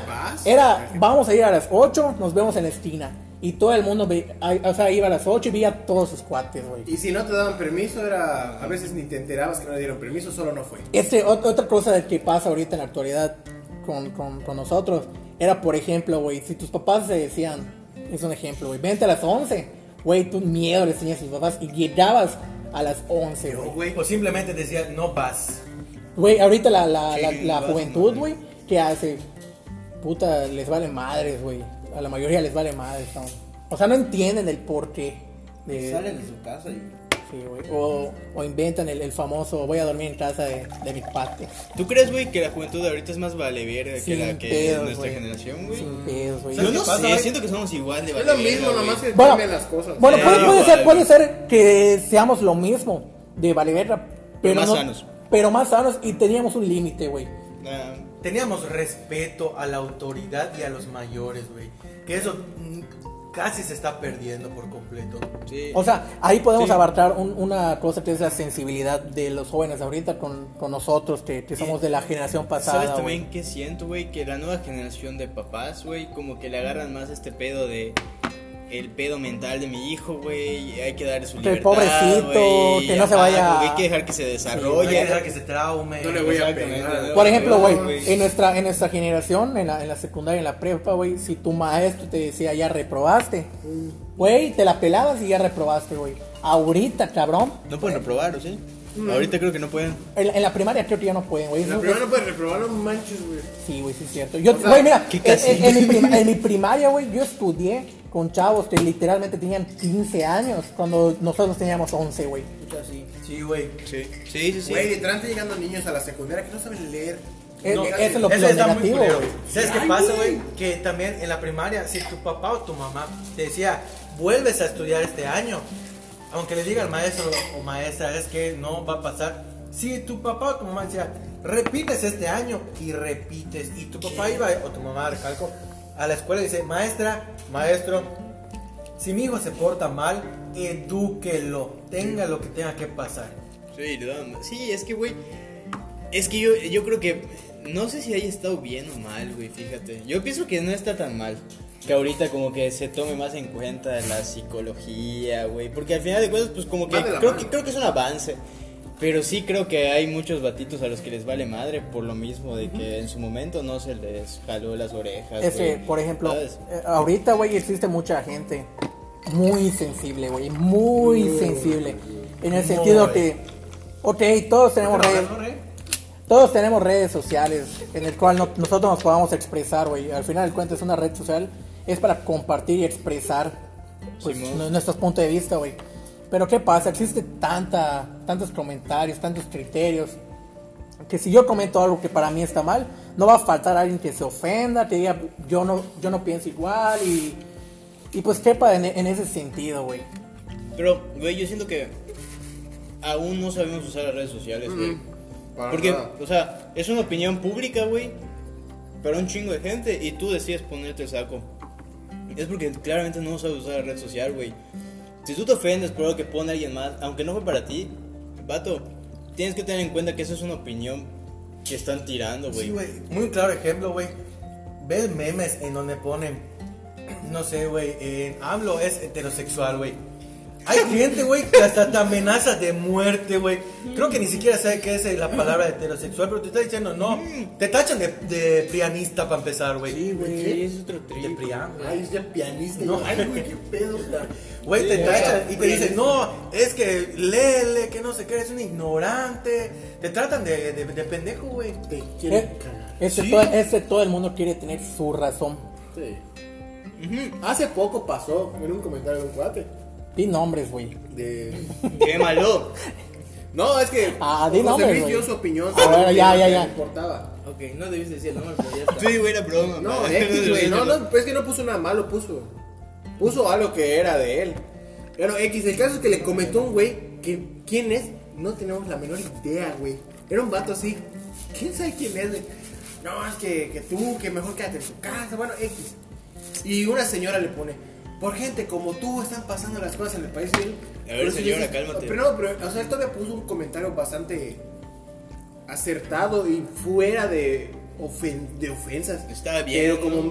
Era, vamos a ir a las 8, nos vemos en la esquina. Y todo el mundo iba a las 8 y veía a todos sus cuates, güey. Y si no te daban permiso, a veces ni te enterabas que no le dieron permiso, solo no fue. Otra cosa que pasa ahorita en la actualidad con nosotros, era, por ejemplo, güey, si tus papás te decían, es un ejemplo, güey, vente a las 11, güey, tú miedo les tenías a tus papás y llegabas a las 11, güey. O simplemente decía, no vas. Güey, ahorita la vas, juventud, no, güey, ¿qué hace? Puta, les vale madres, güey. A la mayoría les vale madres, ¿no? O sea, no entienden el porqué de... Salen de su casa y... Sí, güey. O inventan el famoso, voy a dormir en casa de mi cuate. ¿Tú crees, güey, que la juventud de ahorita es más valeverga que Sin la que pedos, nuestra güey. generación, güey? Sin pedos, güey. Yo no ¿Qué pasa, sé, güey? siento que somos igual de Es lo valeverga, mismo, güey. nomás que Bueno, cambian las cosas. Bueno, igual, puede ser que seamos lo mismo de valeverga, Pero más no- sanos. Pero más sanos y teníamos un límite, güey. Ah, Teníamos respeto a la autoridad y a los mayores, güey. Que eso casi se está perdiendo por completo. sí. O sea, ahí podemos Sí. abarcar una cosa que es la sensibilidad de los jóvenes ahorita con nosotros, que somos de la generación pasada, ¿Sabes güey. también qué siento, güey? Que la nueva generación de papás, güey, como que le agarran más este pedo de... El pedo mental de mi hijo, güey. Hay que darle su Que libertad, pobrecito, güey, que no se ajá, vaya- como que hay que dejar que se No hay desarrolle. que dejar que se traume. No le voy a Exactamente, pegar. ¿no? Por ejemplo, güey, güey. en nuestra generación, en la secundaria, en la prepa, güey, si tu maestro te decía ya reprobaste, güey, te la pelabas y ya reprobaste, güey. Ahorita, cabrón, No pueden reprobar, ¿o sí? Ahorita creo que no pueden. En la primaria creo que ya no pueden, güey. En la primera no puedes reprobar, no manches, güey. Sí, güey, sí es cierto. Yo, O sea, güey, mira, qué castigo. en mi primaria, güey, yo estudié con chavos que literalmente tenían 15 años cuando nosotros teníamos 11, güey. Mucho así. Sí, güey. Sí. Güey, literalmente llegando niños a la secundaria que no saben leer. Eso es casi. lo Eso está muy negativo, culero. güey. ¿Sabes qué Ay, pasa, güey. güey? Que también en la primaria, si tu papá o tu mamá te decía, vuelves a estudiar este año, aunque le diga al maestro o maestra, es que no va a pasar. Si tu papá o tu mamá decía, repites este año y repites, y tu papá iba, o tu mamá, recalco, a la escuela y dice, maestra, maestro, si mi hijo se porta mal, edúquelo, tenga lo que tenga que pasar. Sí, es que, güey. Es que yo creo que. No sé si haya estado bien o mal, güey, fíjate. Yo pienso que no está tan mal. Que ahorita como que se tome más en cuenta la psicología, güey. Porque al final de cuentas, pues como que Va de la creo, mano. creo que es un avance. Pero sí creo que hay muchos batitos a los que les vale madre por lo mismo de que en su momento no se les jaló las orejas. güey. Por ejemplo, ¿Sabes? ahorita, güey, existe mucha gente muy sensible, güey, muy sensible. En el sentido que, ok, todos tenemos redes sociales en el cual nosotros nos podamos expresar, güey. Al final del cuento es una red social, es para compartir y expresar pues, Simón. nuestros puntos de vista, güey. Pero ¿qué pasa? Existe tantos comentarios, tantos criterios, que si yo comento algo que para mí está mal, no va a faltar alguien que se ofenda, que diga yo no pienso igual y pues quepa en ese sentido, güey. Pero, güey, yo siento que aún no sabemos usar las redes sociales, güey. Para Porque, nada. o sea, es una opinión pública, güey, para un chingo de gente y tú decides ponerte el saco. Es porque claramente no sabes usar la red social, güey. Si tú te ofendes por lo que pone alguien más, aunque no fue para ti, vato, tienes que tener en cuenta que eso es una opinión que están tirando, güey. Sí, güey. Muy claro ejemplo, güey. Ves memes en donde ponen, no sé, güey, AMLO es heterosexual, güey. Hay gente, güey, que hasta te amenaza de muerte, güey. Creo que ni siquiera sabe qué es la palabra heterosexual, pero te está diciendo, no. Te tachan de prianista para empezar, güey. Sí, güey. Sí, es otro De trip. prián, güey. Ay, es ya pianista. No. Ay, güey, qué pedo. Güey, te Sí, tachan y te prianista. dicen, no, es que léele, que no sé qué, eres un ignorante. Te tratan de pendejo, güey. Te quieren cagar. Sí. Todo el mundo quiere tener su razón. Sí. Hace poco pasó en un comentario de un cuate. Di nombres, güey. ¡Qué malo! No, es que Di José nombres, Luis güey. dio su opinión. A ver, sobre ya, lo ya, que ya. le importaba. Ok, no debiste decir el nombre, pero ya está. Sí, güey, era broma. No, madre. X, güey. No, es que no puso nada malo, puso algo que era de él. Pero X, el caso es que le comentó un güey que quién es, no tenemos la menor idea, güey. Era un vato así. ¿Quién sabe quién es, güey? No, es que tú, que mejor quédate en tu casa, bueno, X. Y una señora le pone, por gente como tú están pasando las cosas en el país. A ver, señora, cálmate. Pero no, o sea, él todavía puso un comentario bastante acertado y fuera de ofensas. Estaba bien, Pero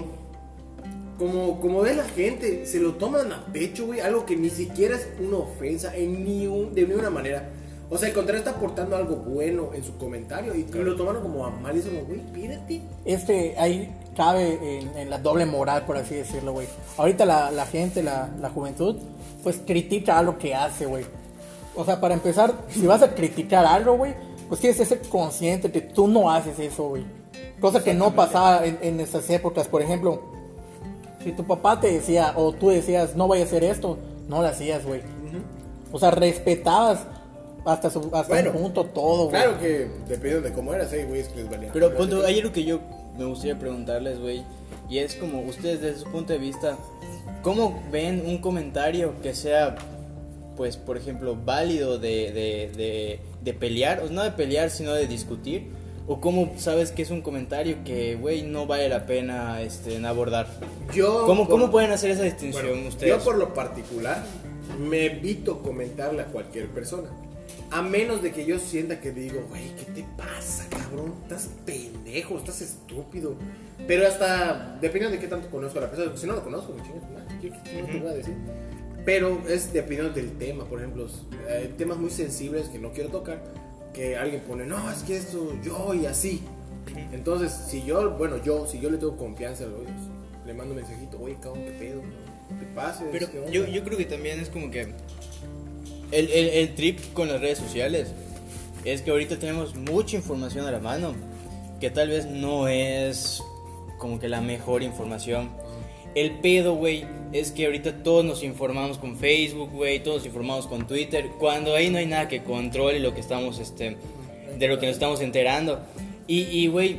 como ve la gente, se lo toman a pecho, güey, algo que ni siquiera es una ofensa de ninguna manera. O sea, el contrario está aportando algo bueno en su comentario y lo tomaron como a mal y como, güey, pírate. Ahí cabe en la doble moral, por así decirlo, güey. Ahorita la gente, la juventud, pues critica algo que hace, güey. O sea, para empezar, si vas a criticar algo, güey, pues tienes que ser consciente que tú no haces eso, güey. Cosa que no pasaba en esas épocas. Por ejemplo, si tu papá te decía o tú decías no voy a hacer esto, no lo hacías, güey. O sea, respetabas hasta Bueno, un punto todo, güey. Claro que dependiendo de cómo eras, güeyes que les valía. Pero punto, hay algo que yo me gustaría preguntarles, güey. Y es como ustedes desde su punto de vista, ¿cómo ven un comentario que sea, pues, por ejemplo, válido de pelear? O no de pelear, sino de discutir. ¿O cómo sabes que es un comentario que, güey, no vale la pena abordar? ¿Cómo pueden hacer esa distinción Bueno, ustedes? Yo por lo particular me evito comentarle a cualquier persona. A menos de que yo sienta que digo, güey, ¿qué te pasa, cabrón? Estás pendejo, estás estúpido. Pero hasta, dependiendo de qué tanto conozco a la persona. Si no lo conozco, me chingas, ¿qué no te voy a decir? Pero es dependiendo del tema. Por ejemplo, temas muy sensibles que no quiero tocar, que alguien pone, no, es que esto, yo y así. Entonces, si yo le tengo confianza a los le mando un mensajito, oye, cabrón, ¿qué pedo? ¿Qué pasa? Pero ¿Qué onda?" yo creo que también es como que el trip con las redes sociales es que ahorita tenemos mucha información a la mano, que tal vez no es como que la mejor información. El pedo, güey, es que ahorita todos nos informamos con Facebook, güey, todos nos informamos con Twitter, cuando ahí no hay nada que controle lo que estamos, de lo que nos estamos enterando. Y, güey,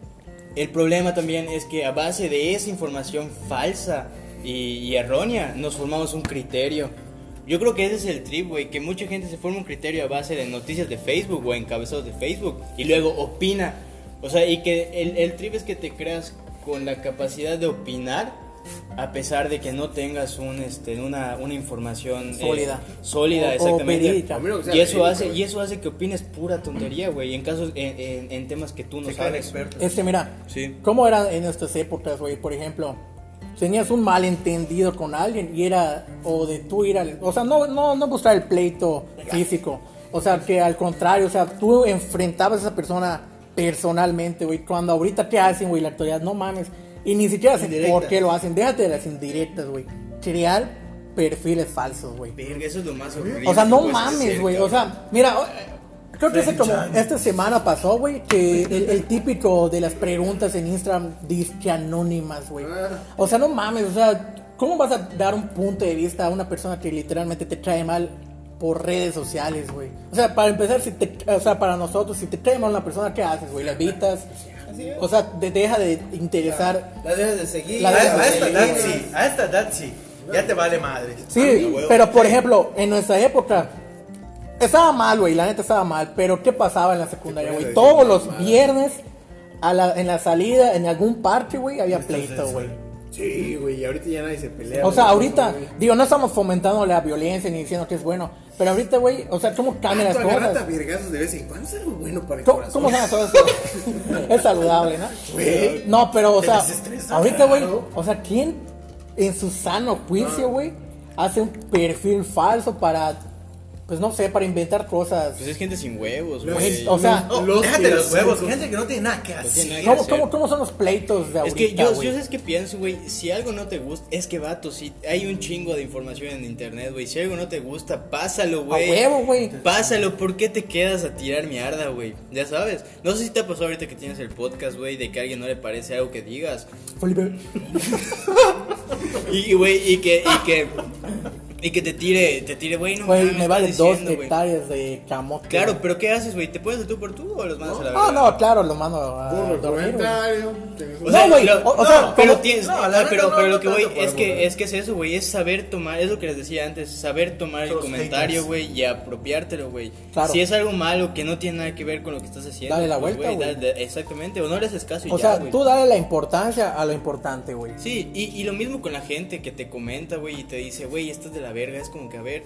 el problema también es que a base de esa información falsa y errónea, nos formamos un criterio. Yo creo que ese es el trip, güey, que mucha gente se forma un criterio a base de noticias de Facebook o encabezados de Facebook y luego opina. O sea, y que el trip es que te creas con la capacidad de opinar a pesar de que no tengas una información sólida, o exactamente. verídica. Y eso hace que opines pura tontería, güey, en temas que tú no sabes. Mira, Sí. ¿cómo era en nuestras épocas, güey? Por ejemplo, tenías un malentendido con alguien y era, o de tú ir al, o sea, no buscar el pleito físico, o sea, que al contrario, o sea, tú enfrentabas a esa persona personalmente, güey. Cuando ahorita, ¿qué hacen, güey? La actualidad, no mames. Y ni siquiera hacen por qué lo hacen. Déjate de las indirectas, güey. Crear perfiles falsos, güey. Verga, eso es lo más horrible. O sea, no que puedes mames, hacer, güey. O cabrón. sea, mira, creo que esta semana pasó, güey, que el típico de las preguntas en Instagram disque anónimas, güey. O sea, no mames, o sea, ¿cómo vas a dar un punto de vista a una persona que literalmente te trae mal por redes sociales, güey? O sea, para empezar, para nosotros, si te trae mal una persona, ¿qué haces, güey? ¿La evitas? O sea, te deja de interesar. La dejas de seguir. A esta edad sí. Ya te vale madre. Sí, pero por ejemplo, en nuestra época estaba mal, güey, la neta estaba mal. Pero ¿qué pasaba en la secundaria, güey? Todos los viernes en la salida, en algún parque, güey, había pleito, güey. Sí, güey, y ahorita ya nadie se pelea. O sea, güey. ahorita, digo, no estamos fomentando la violencia ni diciendo que es bueno. Pero ahorita, güey, o sea, ¿cómo cambian las Agarrate a cosas? virgazos de vez en cuando es algo bueno para el ¿Cómo corazón. son las cosas? Es saludable, ¿no? Güey. No, pero, o sea, desestresa, ahorita, güey, claro. o sea, ¿quién en su sano juicio, güey, hace un perfil falso para, pues no sé, para inventar cosas? Pues es gente sin huevos, Güey, güey. o sea, Los Déjate los huevos, filosofos. gente que no tiene nada que hacer. ¿cómo son los pleitos de Es ahorita, que yo güey? sé que pienso, güey, si algo no te gusta, es que vato, si hay un chingo de información en internet, güey, si algo no te gusta, pásalo, A güey. huevo, güey. Pásalo, ¿por qué te quedas a tirar mierda, güey? Ya sabes. No sé si te ha pasado ahorita que tienes el podcast, güey, de que a alguien no le parece algo que digas. Oliver. Y güey, y que te tire, güey, no Güey, mames, me vale estás 2 diciendo, güey. hectáreas de camote. Claro, güey. pero ¿qué haces, güey? ¿Te pones de tú por tú o los mandas a la verga? No, claro, lo mando a Por dormir, güey. comentario. No, güey, o sea, pero como- tienes, no, la pero neta, no, lo que no voy tanto por es que es eso, güey, es saber tomar, es lo que les decía antes, saber tomar el Los comentario, haters. güey, y apropiártelo, güey. Claro. Si es algo malo que no tiene nada que ver con lo que estás haciendo, Dale la pues, vuelta, güey. exactamente, o no le haces caso y O ya, sea, güey. tú dale la importancia a lo importante, güey. Sí, y lo mismo con la gente que te comenta, güey, y te dice, güey, estás de la verga, es como que, a ver,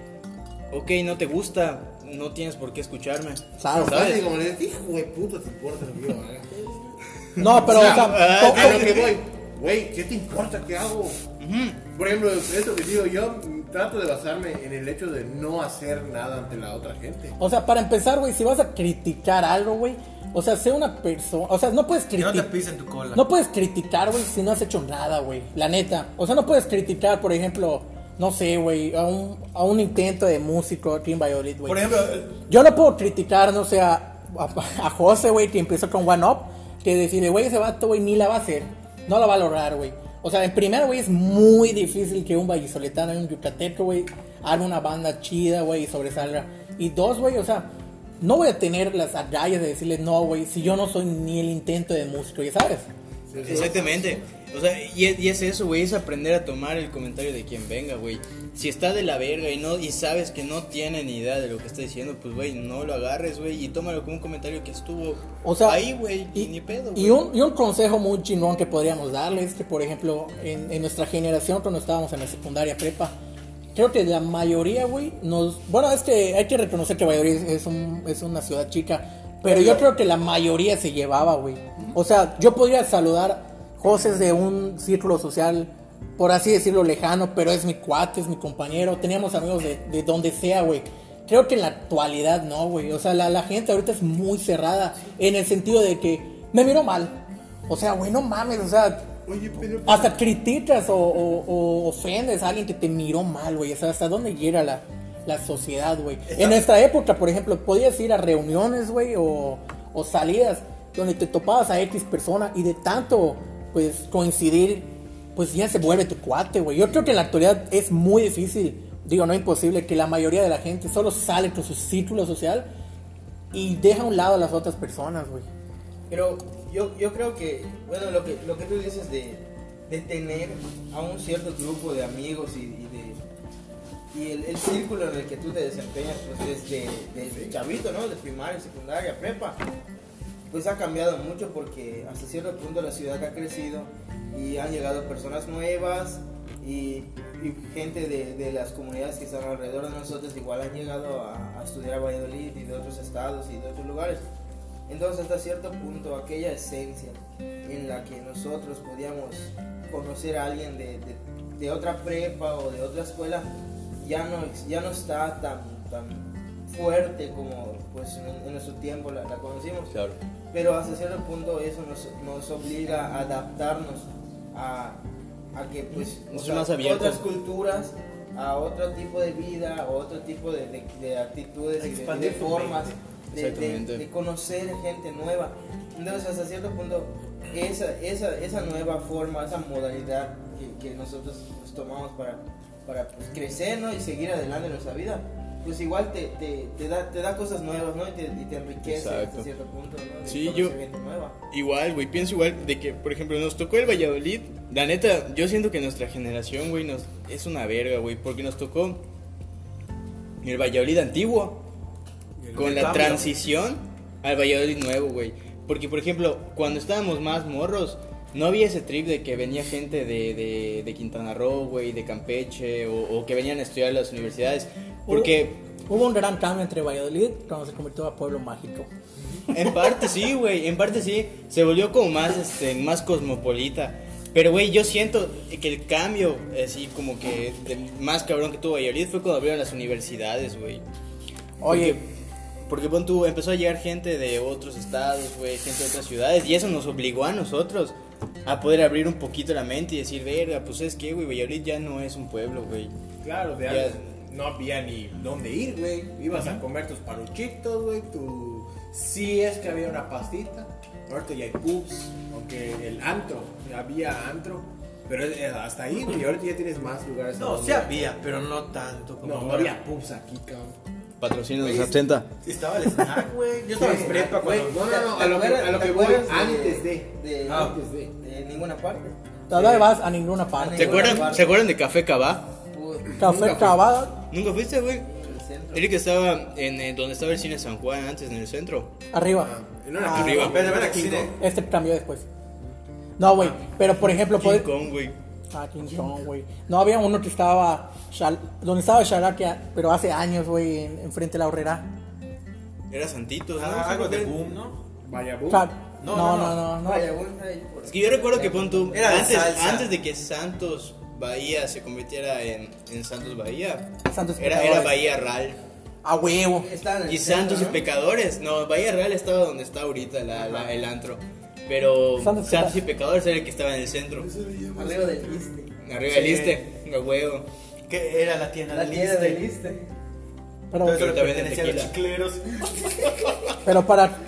ok, no te gusta, no tienes por qué escucharme. Claro, ¿sabes? Así como le dices, hijo de puta, te importa lo que yo haga. No, pero, o sea, A lo que voy, güey, ¿qué te importa qué hago? Por ejemplo, eso que digo yo, trato de basarme en el hecho de no hacer nada ante la otra gente. o sea, para empezar, güey, si vas a criticar algo, güey, o sea, sé una persona, o sea, no puedes Que no te criticar. pisen tu cola. No puedes criticar, güey, si no has hecho nada, güey. La neta. O sea, no puedes criticar, por ejemplo, no sé, güey, a un intento de músico aquí en Valladolid, güey. Por ejemplo, Yo no puedo criticar, no sé, a José, güey, que empezó con One Up, que decirle, güey, ese vato, güey, ni la va a hacer. No la va a lograr, güey. O sea, en primera, güey, es muy difícil que un vallisoletano y un yucateco, güey, haga una banda chida, güey, y sobresalga. Y dos, güey, o sea, no voy a tener las agallas de decirle no, güey, si yo no soy ni el intento de músico, ya sabes. Exactamente. O sea, y es eso, güey, es aprender a tomar el comentario de quien venga, güey. Si está de la verga y sabes que no tiene ni idea de lo que está diciendo, pues, güey, no lo agarres, güey, y tómalo como un comentario que estuvo O sea, ahí, güey, y ni pedo, güey. Y un consejo muy chingón que podríamos darle es que, por ejemplo, en nuestra generación, cuando estábamos en la secundaria prepa, creo que la mayoría, güey, bueno, es que hay que reconocer que Valladolid es una ciudad chica, pero yo creo que la mayoría se llevaba, güey. O sea, yo podría saludar José de un círculo social, por así decirlo, lejano, pero es mi cuate, es mi compañero. Teníamos amigos de donde sea, güey. Creo que en la actualidad no, güey. O sea, la gente ahorita es muy cerrada en el sentido de que me miro mal. O sea, güey, no mames, o sea, Oye, pero... hasta criticas o ofendes a alguien que te miró mal, güey. O sea, ¿hasta dónde llega la sociedad, güey. En nuestra época, por ejemplo, podías ir a reuniones, güey, o salidas donde te topabas a X persona y de tanto, pues, coincidir, pues ya se vuelve tu cuate, güey. Yo creo que en la actualidad es muy difícil, digo, no imposible, que la mayoría de la gente solo sale con su círculo social y deja a un lado a las otras personas, güey. Pero yo creo que, bueno, lo que tú dices de tener a un cierto grupo de amigos y el círculo en el que tú te desempeñas, pues desde chavito, ¿no? De primaria, secundaria, prepa, pues ha cambiado mucho porque hasta cierto punto la ciudad ha crecido y han llegado personas nuevas y gente de las comunidades que están alrededor de nosotros igual han llegado a estudiar a Valladolid y de otros estados y de otros lugares. Entonces hasta cierto punto aquella esencia en la que nosotros podíamos conocer a alguien de otra prepa o de otra escuela ya no está tan fuerte como pues en nuestro tiempo la conocimos. Claro. Pero hasta cierto punto eso nos obliga a adaptarnos a que pues No ser más abiertos. otras culturas, a otro tipo de vida, a otro tipo de actitudes y de Expandir tu formas Exactamente. de conocer gente nueva. Entonces hasta cierto punto esa nueva forma, esa modalidad que nosotros pues, tomamos para pues, crecer, ¿no? Y seguir adelante en nuestra vida, pues igual te da cosas nuevas, ¿no? Y te enriquece Exacto. hasta cierto punto, ¿no? De Sí, conocer gente nueva. Igual, güey, pienso igual de que, por ejemplo, nos tocó el Valladolid. La neta, yo siento que nuestra generación, güey, es una verga, güey, porque nos tocó el Valladolid antiguo con la cambio. transición al Valladolid nuevo, güey. Porque, por ejemplo, cuando estábamos más morros, no había ese trip de que venía gente de Quintana Roo, güey, de Campeche, o que venían a estudiar a las universidades. Porque Hubo un gran cambio entre Valladolid cuando se convirtió a pueblo mágico. en parte sí, güey, en parte sí. Se volvió como más cosmopolita. Pero, güey, yo siento que el cambio, así como que más cabrón que tuvo Valladolid fue cuando abrieron las universidades, güey. Oye, Porque pon tú, empezó a llegar gente de otros estados, güey, gente de otras ciudades, y eso nos obligó a nosotros a poder abrir un poquito la mente y decir, verga, pues es que, güey, Valladolid ya no es un pueblo, güey. Claro, de Ya. antes no había ni dónde ir, güey. Ibas a comer tus paruchitos, güey. Sí es que había una pastita. Ahorita ya hay pubs, aunque el antro, había antro. Pero hasta ahí, güey. Ahorita ya tienes más lugares. a No, donde- sí había, pero no tanto como No, no ahora. había pubs aquí, cabrón. Patrocina Güey, los 80. Estaba el snack, güey. Yo estaba en prepa Güey, cuando... No, a lo que voy, antes de. Ah, Antes de. de ninguna parte. todavía vas a ninguna parte. ¿Se acuerdan de Café Cabá? Café Cavada, ¿Nunca fuiste, güey? En el centro. Eric estaba en donde estaba el cine San Juan antes, en el centro. arriba. No era Arriba. King Kong, no era King Cine. Kong. Este cambió después. No, güey, pero por ejemplo, King Kong, güey. King Kong, güey. No, había uno que estaba donde estaba Shalakia, pero hace años, güey, enfrente de la horrera. Era Santitos, ¿no? Algo de boom, ¿no? Vaya, O boom. sea, No, no. Vaya, bueno, ahí por Es que yo recuerdo que pon tú, Era de salsa. antes de que Santos Bahía se convirtiera en Santos Bahía, Santos era Pecadores. Bahía Real. A huevo. Está en el Y centro, Santos y ¿no? Pecadores. No, Bahía Real estaba donde está ahorita el antro. Pero Santos Santos y Pecadores era el que estaba en el centro. Arriba del Iste. Arriba Sí. del Iste, a huevo. Que era la tienda La del tienda Iste. del Iste. Pero, Todo eso le Ahorita venden pertenecía a los tequila. chicleros. pero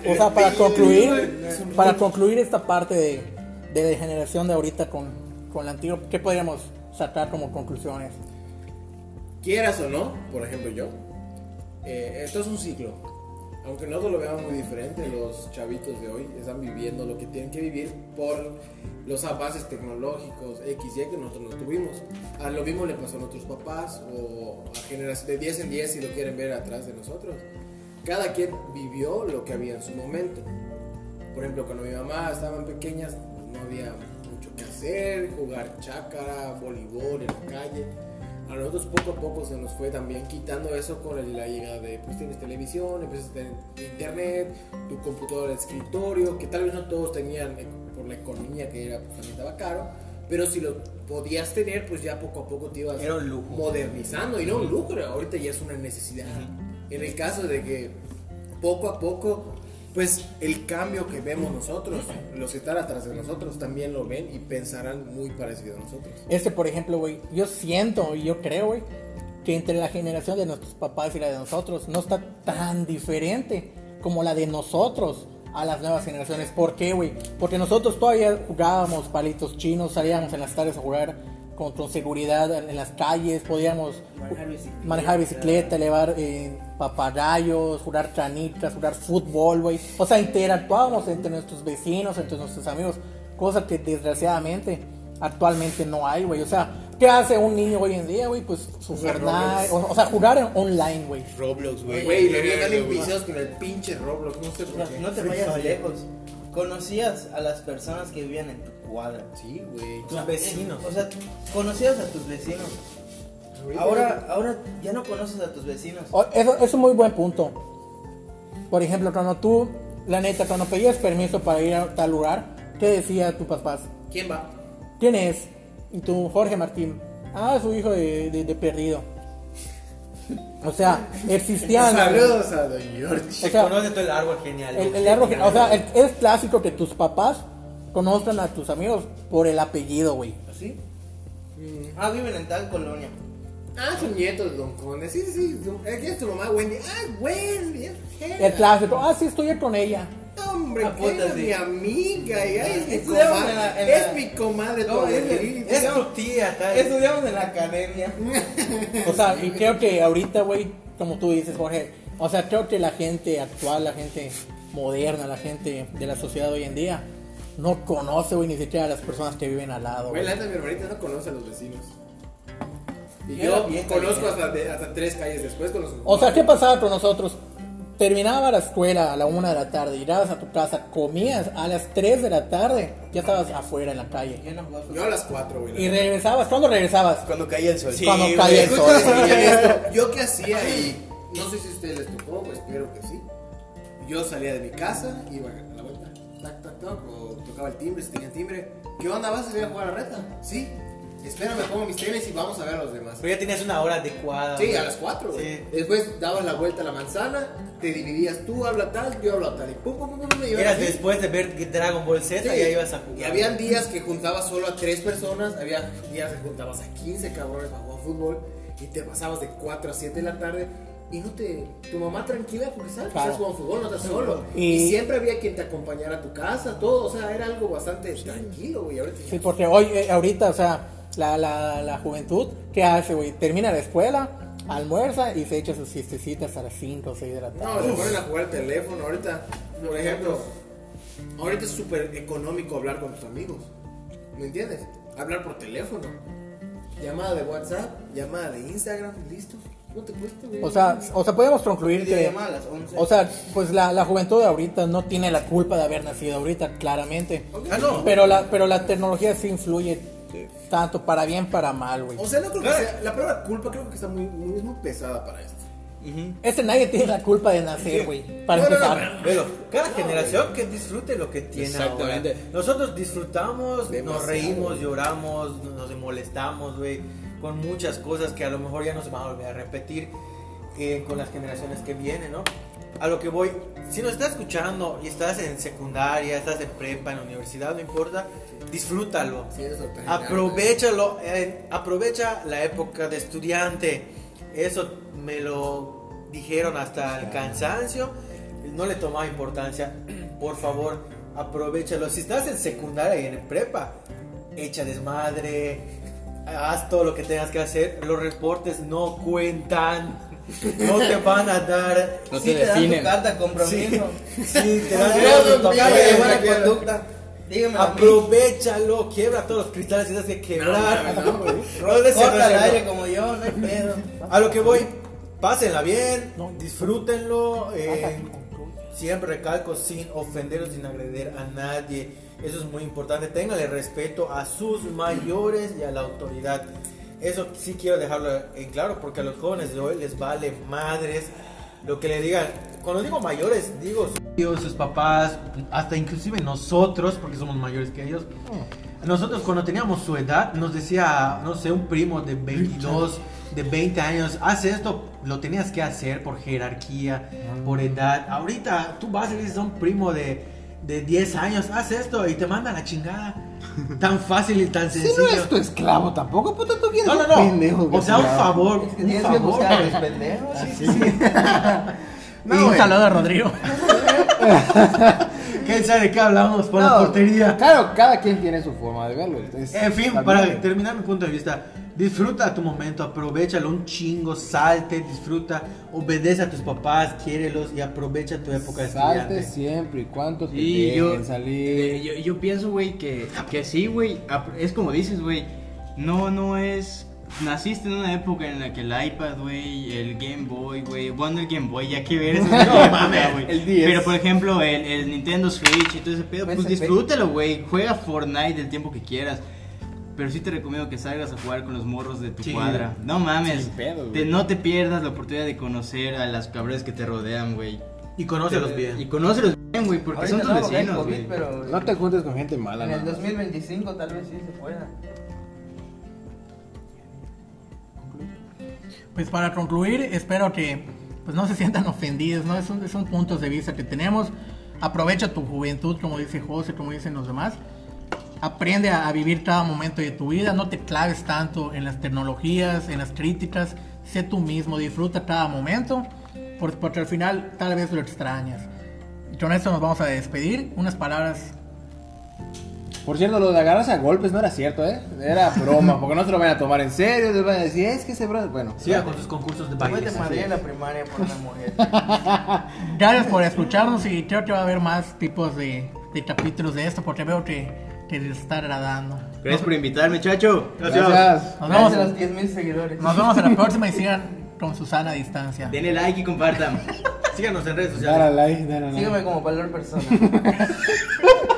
para concluir esta parte de degeneración de ahorita con la antigua, ¿qué podríamos sacar como conclusiones? Quieras o no, por ejemplo yo, esto es un ciclo. Aunque nosotros lo veamos muy diferente, los chavitos de hoy están viviendo lo que tienen que vivir por los avances tecnológicos XY que nosotros no tuvimos. A lo mismo le pasó a nuestros papás o a generaciones de 10 en 10 si lo quieren ver atrás de nosotros. Cada quien vivió lo que había en su momento. Por ejemplo, cuando mi mamá estaban pequeñas, pues no había mucho que hacer, jugar chácara, voleibol en la calle. A nosotros poco a poco se nos fue también quitando eso con la llegada de, pues tienes televisión, empiezas a tener internet, tu computadora de escritorio, que tal vez no todos tenían por la economía que era, pues también estaba caro, pero si lo podías tener, pues ya poco a poco te ibas Era un lujo. modernizando, y no un lujo, ahorita ya es una necesidad. En el caso de que poco a poco, pues el cambio que vemos nosotros, los que están atrás de nosotros también lo ven y pensarán muy parecido a nosotros. Por ejemplo, güey, yo siento y yo creo, güey, que entre la generación de nuestros papás y la de nosotros no está tan diferente como la de nosotros a las nuevas generaciones. ¿Por qué, güey? Porque nosotros todavía jugábamos palitos chinos, salíamos en las tardes a jugar con seguridad en las calles, podíamos manejar bicicleta, llevar papagayos, jugar canicas, jugar fútbol, güey. O sea, interactuábamos entre nuestros vecinos, entre nuestros amigos, cosa que desgraciadamente actualmente no hay, güey. O sea, ¿qué hace un niño hoy en día, güey? Pues su Fortnite, o sea, jugar online, güey. Roblox, güey. Güey, le habían dado enviciados con el pinche Roblox, no sé por qué. No te vayas lejos. ¿Conocías a las personas que vivían en tu cuadra? Sí, güey. Tus vecinos. O sea, conocías a tus vecinos. Ahora ya no conoces a tus vecinos. Eso es un muy buen punto. Por ejemplo, cuando tú, la neta, cuando pedías permiso para ir a tal lugar, ¿qué decía tu papá? ¿Quién va? ¿Quién es? Y tú, Jorge Martín. Ah, su hijo de perdido. O sea, existían... Saludos a Don George. O Se sea, conoce todo el árbol genial. el árbol, o sea, es clásico que tus papás conozcan a tus amigos por el apellido, güey. ¿Sí? Viven en tal colonia. Ah, son nietos de Don Conde. Sí. ¿Quién es tu mamá, Wendy? Ah, Wendy. El clásico. Ah, sí, estoy con ella. Hombre, Ah, que puta, era sí. mi amiga. Y ay, es mi Estudiamos comadre. en la- Es mi comadre. No, tu es- abuelita. Es tu tía, tal. Estudiamos en la academia. O sea, y creo que ahorita, güey, como tú dices, Jorge, o sea, creo que la gente actual, la gente moderna, la gente de la sociedad hoy en día, no conoce, güey, ni siquiera a las personas que viven al lado, Güey, güey. la neta, mi hermanita no conoce a los vecinos. Y Era yo bien conozco caliente. hasta 3 calles después con los. O sea, ¿qué pasaba con nosotros? Terminaba la escuela a la 1 de la tarde, llegabas a tu casa, comías a las 3 de la tarde, ya estabas afuera en la calle. Yo no jugaba Yo a las 4, güey. Y regresabas, ¿cuándo regresabas? Cuando caía el sol. Cuando güey, caía el sol. escúchame esto. Yo qué hacía y no sé si a ustedes les tocó, pues espero que sí. Yo salía de mi casa, iba a la vuelta, tac, o tocaba el timbre, si tenía timbre. ¿Qué onda, vas a salir a jugar a la reta? Sí. Espérame, pongo mis tenis y vamos a ver a los demás. Pero ya tenías una hora adecuada. Sí, güey. a las 4, güey. Sí. Después dabas la vuelta a la manzana, te dividías, tú habla tal, yo hablo tal. Y pum, me iban Eras así. después de ver Dragon Ball Z, Sí. ya ibas a jugar. Y habían días que juntabas solo a 3 personas, había días que juntabas a 15 cabrones para jugar fútbol y te pasabas de 4 a 7 de la tarde y no te... Tu mamá tranquila porque sabes que Claro. estás jugando fútbol, no estás solo. Y- Y siempre había quien te acompañara a tu casa, todo, o sea, era algo bastante tranquilo, güey. Ahorita Sí, porque hoy, ahorita, o sea, la juventud, ¿qué hace, güey? Termina la escuela, almuerza y se echa sus siestecitas a las 5 o 6 de la no, tarde. se ponen a jugar el teléfono. Ahorita, por ejemplo, ahorita es súper económico hablar con tus amigos. ¿Me entiendes? Hablar por teléfono. Llamada de WhatsApp, llamada de Instagram, listo. No te cuesta, güey. O sea, podemos concluir que, Videollamada a las 11. o sea, pues la juventud de ahorita no tiene la culpa de haber nacido ahorita, claramente. Ah, no. Pero la tecnología sí influye tanto para bien, para mal, güey. O sea, no creo que sea. La palabra culpa creo que está muy pesada para esto. Nadie tiene la culpa de nacer, güey. Para No, no, empezar. no, Pero cada generación que disfrute lo que tiene. Exactamente. Ahora. Nosotros disfrutamos, nos Demasiado. reímos, lloramos, nos molestamos, güey, con muchas cosas que a lo mejor ya no se van a volver a repetir con las generaciones que vienen, ¿no? A lo que voy, si nos estás escuchando y estás en secundaria, estás en prepa, en la universidad, no importa, disfrútalo. Sí, eso está genial. Aprovechalo, aprovecha la época de estudiante. Eso me lo dijeron hasta el cansancio. No le tomaba importancia. Por favor, aprovechalo. Si estás en secundaria y en prepa, echa desmadre, haz todo lo que tengas que hacer. Los reportes no cuentan. No te van a dar. No Sí te te dan tu definen. carta de compromiso. Sí, te dan Dios tu mío, Carta de buena tranquilo. conducta. Dígame a mí. Aprovechalo, quiebra todos los cristales que tienes que quebrar. No, güey. Corta el aire como yo, no hay pedo. A lo que voy, pásenla bien, disfrútenlo. Siempre recalco, sin ofender o sin agredir a nadie. Eso es muy importante. Ténganle respeto a sus mayores y a la autoridad. Eso sí quiero dejarlo en claro, porque a los jóvenes de hoy les vale madres lo que le digan. Cuando digo mayores, digo sus tíos, sus papás, hasta inclusive nosotros, porque somos mayores que ellos. Nosotros cuando teníamos su edad, nos decía, no sé, un primo de 22, de 20 años, haz esto, lo tenías que hacer por jerarquía, por edad. Ahorita tú vas y le dices a un primo de 10 años, haz esto y te manda a la chingada. tan fácil y tan Si sencillo. no es tu esclavo tampoco, puta, tú quieres No, un no, pendejo. no. O sea, un favor. Es que Un tienes que favor. buscar a los pendejos. Y un saludo a Rodrigo. ¿Quién sabe de qué hablamos por la No, portería? Claro, cada quien tiene su forma de verlo. Entonces, En fin, está para bien. terminar mi punto de vista, disfruta tu momento, aprovechalo un chingo, salte, disfruta, obedece a tus papás, quiérelos y aprovecha tu época de Salte estudiante. siempre y cuando te Sí, dejen salir. yo pienso, güey, que sí, güey, es como dices, güey, no es... Naciste en una época en la que el iPad, güey, el Game Boy, güey, bueno, el Game Boy, ya que ver eso, güey. El 10. Pero, por ejemplo, el Nintendo Switch y todo ese pedo, pues PSP. disfrútalo, güey, juega Fortnite el tiempo que quieras. Pero sí te recomiendo que salgas a jugar con los morros de tu Sí. cuadra. No mames, Sin pedo, güey. no te pierdas la oportunidad de conocer a las cabras que te rodean, güey. Y conócelos bien. Y conócelos bien, güey, porque Ahorita son tus no, porque hay vecinos, COVID, güey. pero No te juntes con gente mala, en el ¿no? 2025 tal vez sí se pueda. Pues para concluir, espero que pues no se sientan ofendidos, ¿no? Son puntos de vista que tenemos. Aprovecha tu juventud, como dice José, como dicen los demás. Aprende a vivir cada momento de tu vida, no te claves tanto en las tecnologías, en las críticas. Sé tú mismo, disfruta cada momento, porque al final tal vez lo extrañas. Y con esto nos vamos a despedir. Unas palabras. Por cierto, lo de agarrarse a golpes no era cierto, ¿eh? Era broma, porque no se lo van a tomar en serio, les van a decir, es que ese bro... Bueno, Siga con tus concursos de Después baile. te madré en la primaria por una mujer. Gracias por escucharnos y creo que va a haber más tipos de capítulos de esto, porque veo que les está agradando. Gracias por invitarme, chacho. gracias. Nos vemos, Gracias a los 10,000 seguidores. nos vemos en la próxima y sigan con su sana distancia. Denle like y compartan. Síganos en redes Dale sociales. like, dale like. Sígueme como valor persona.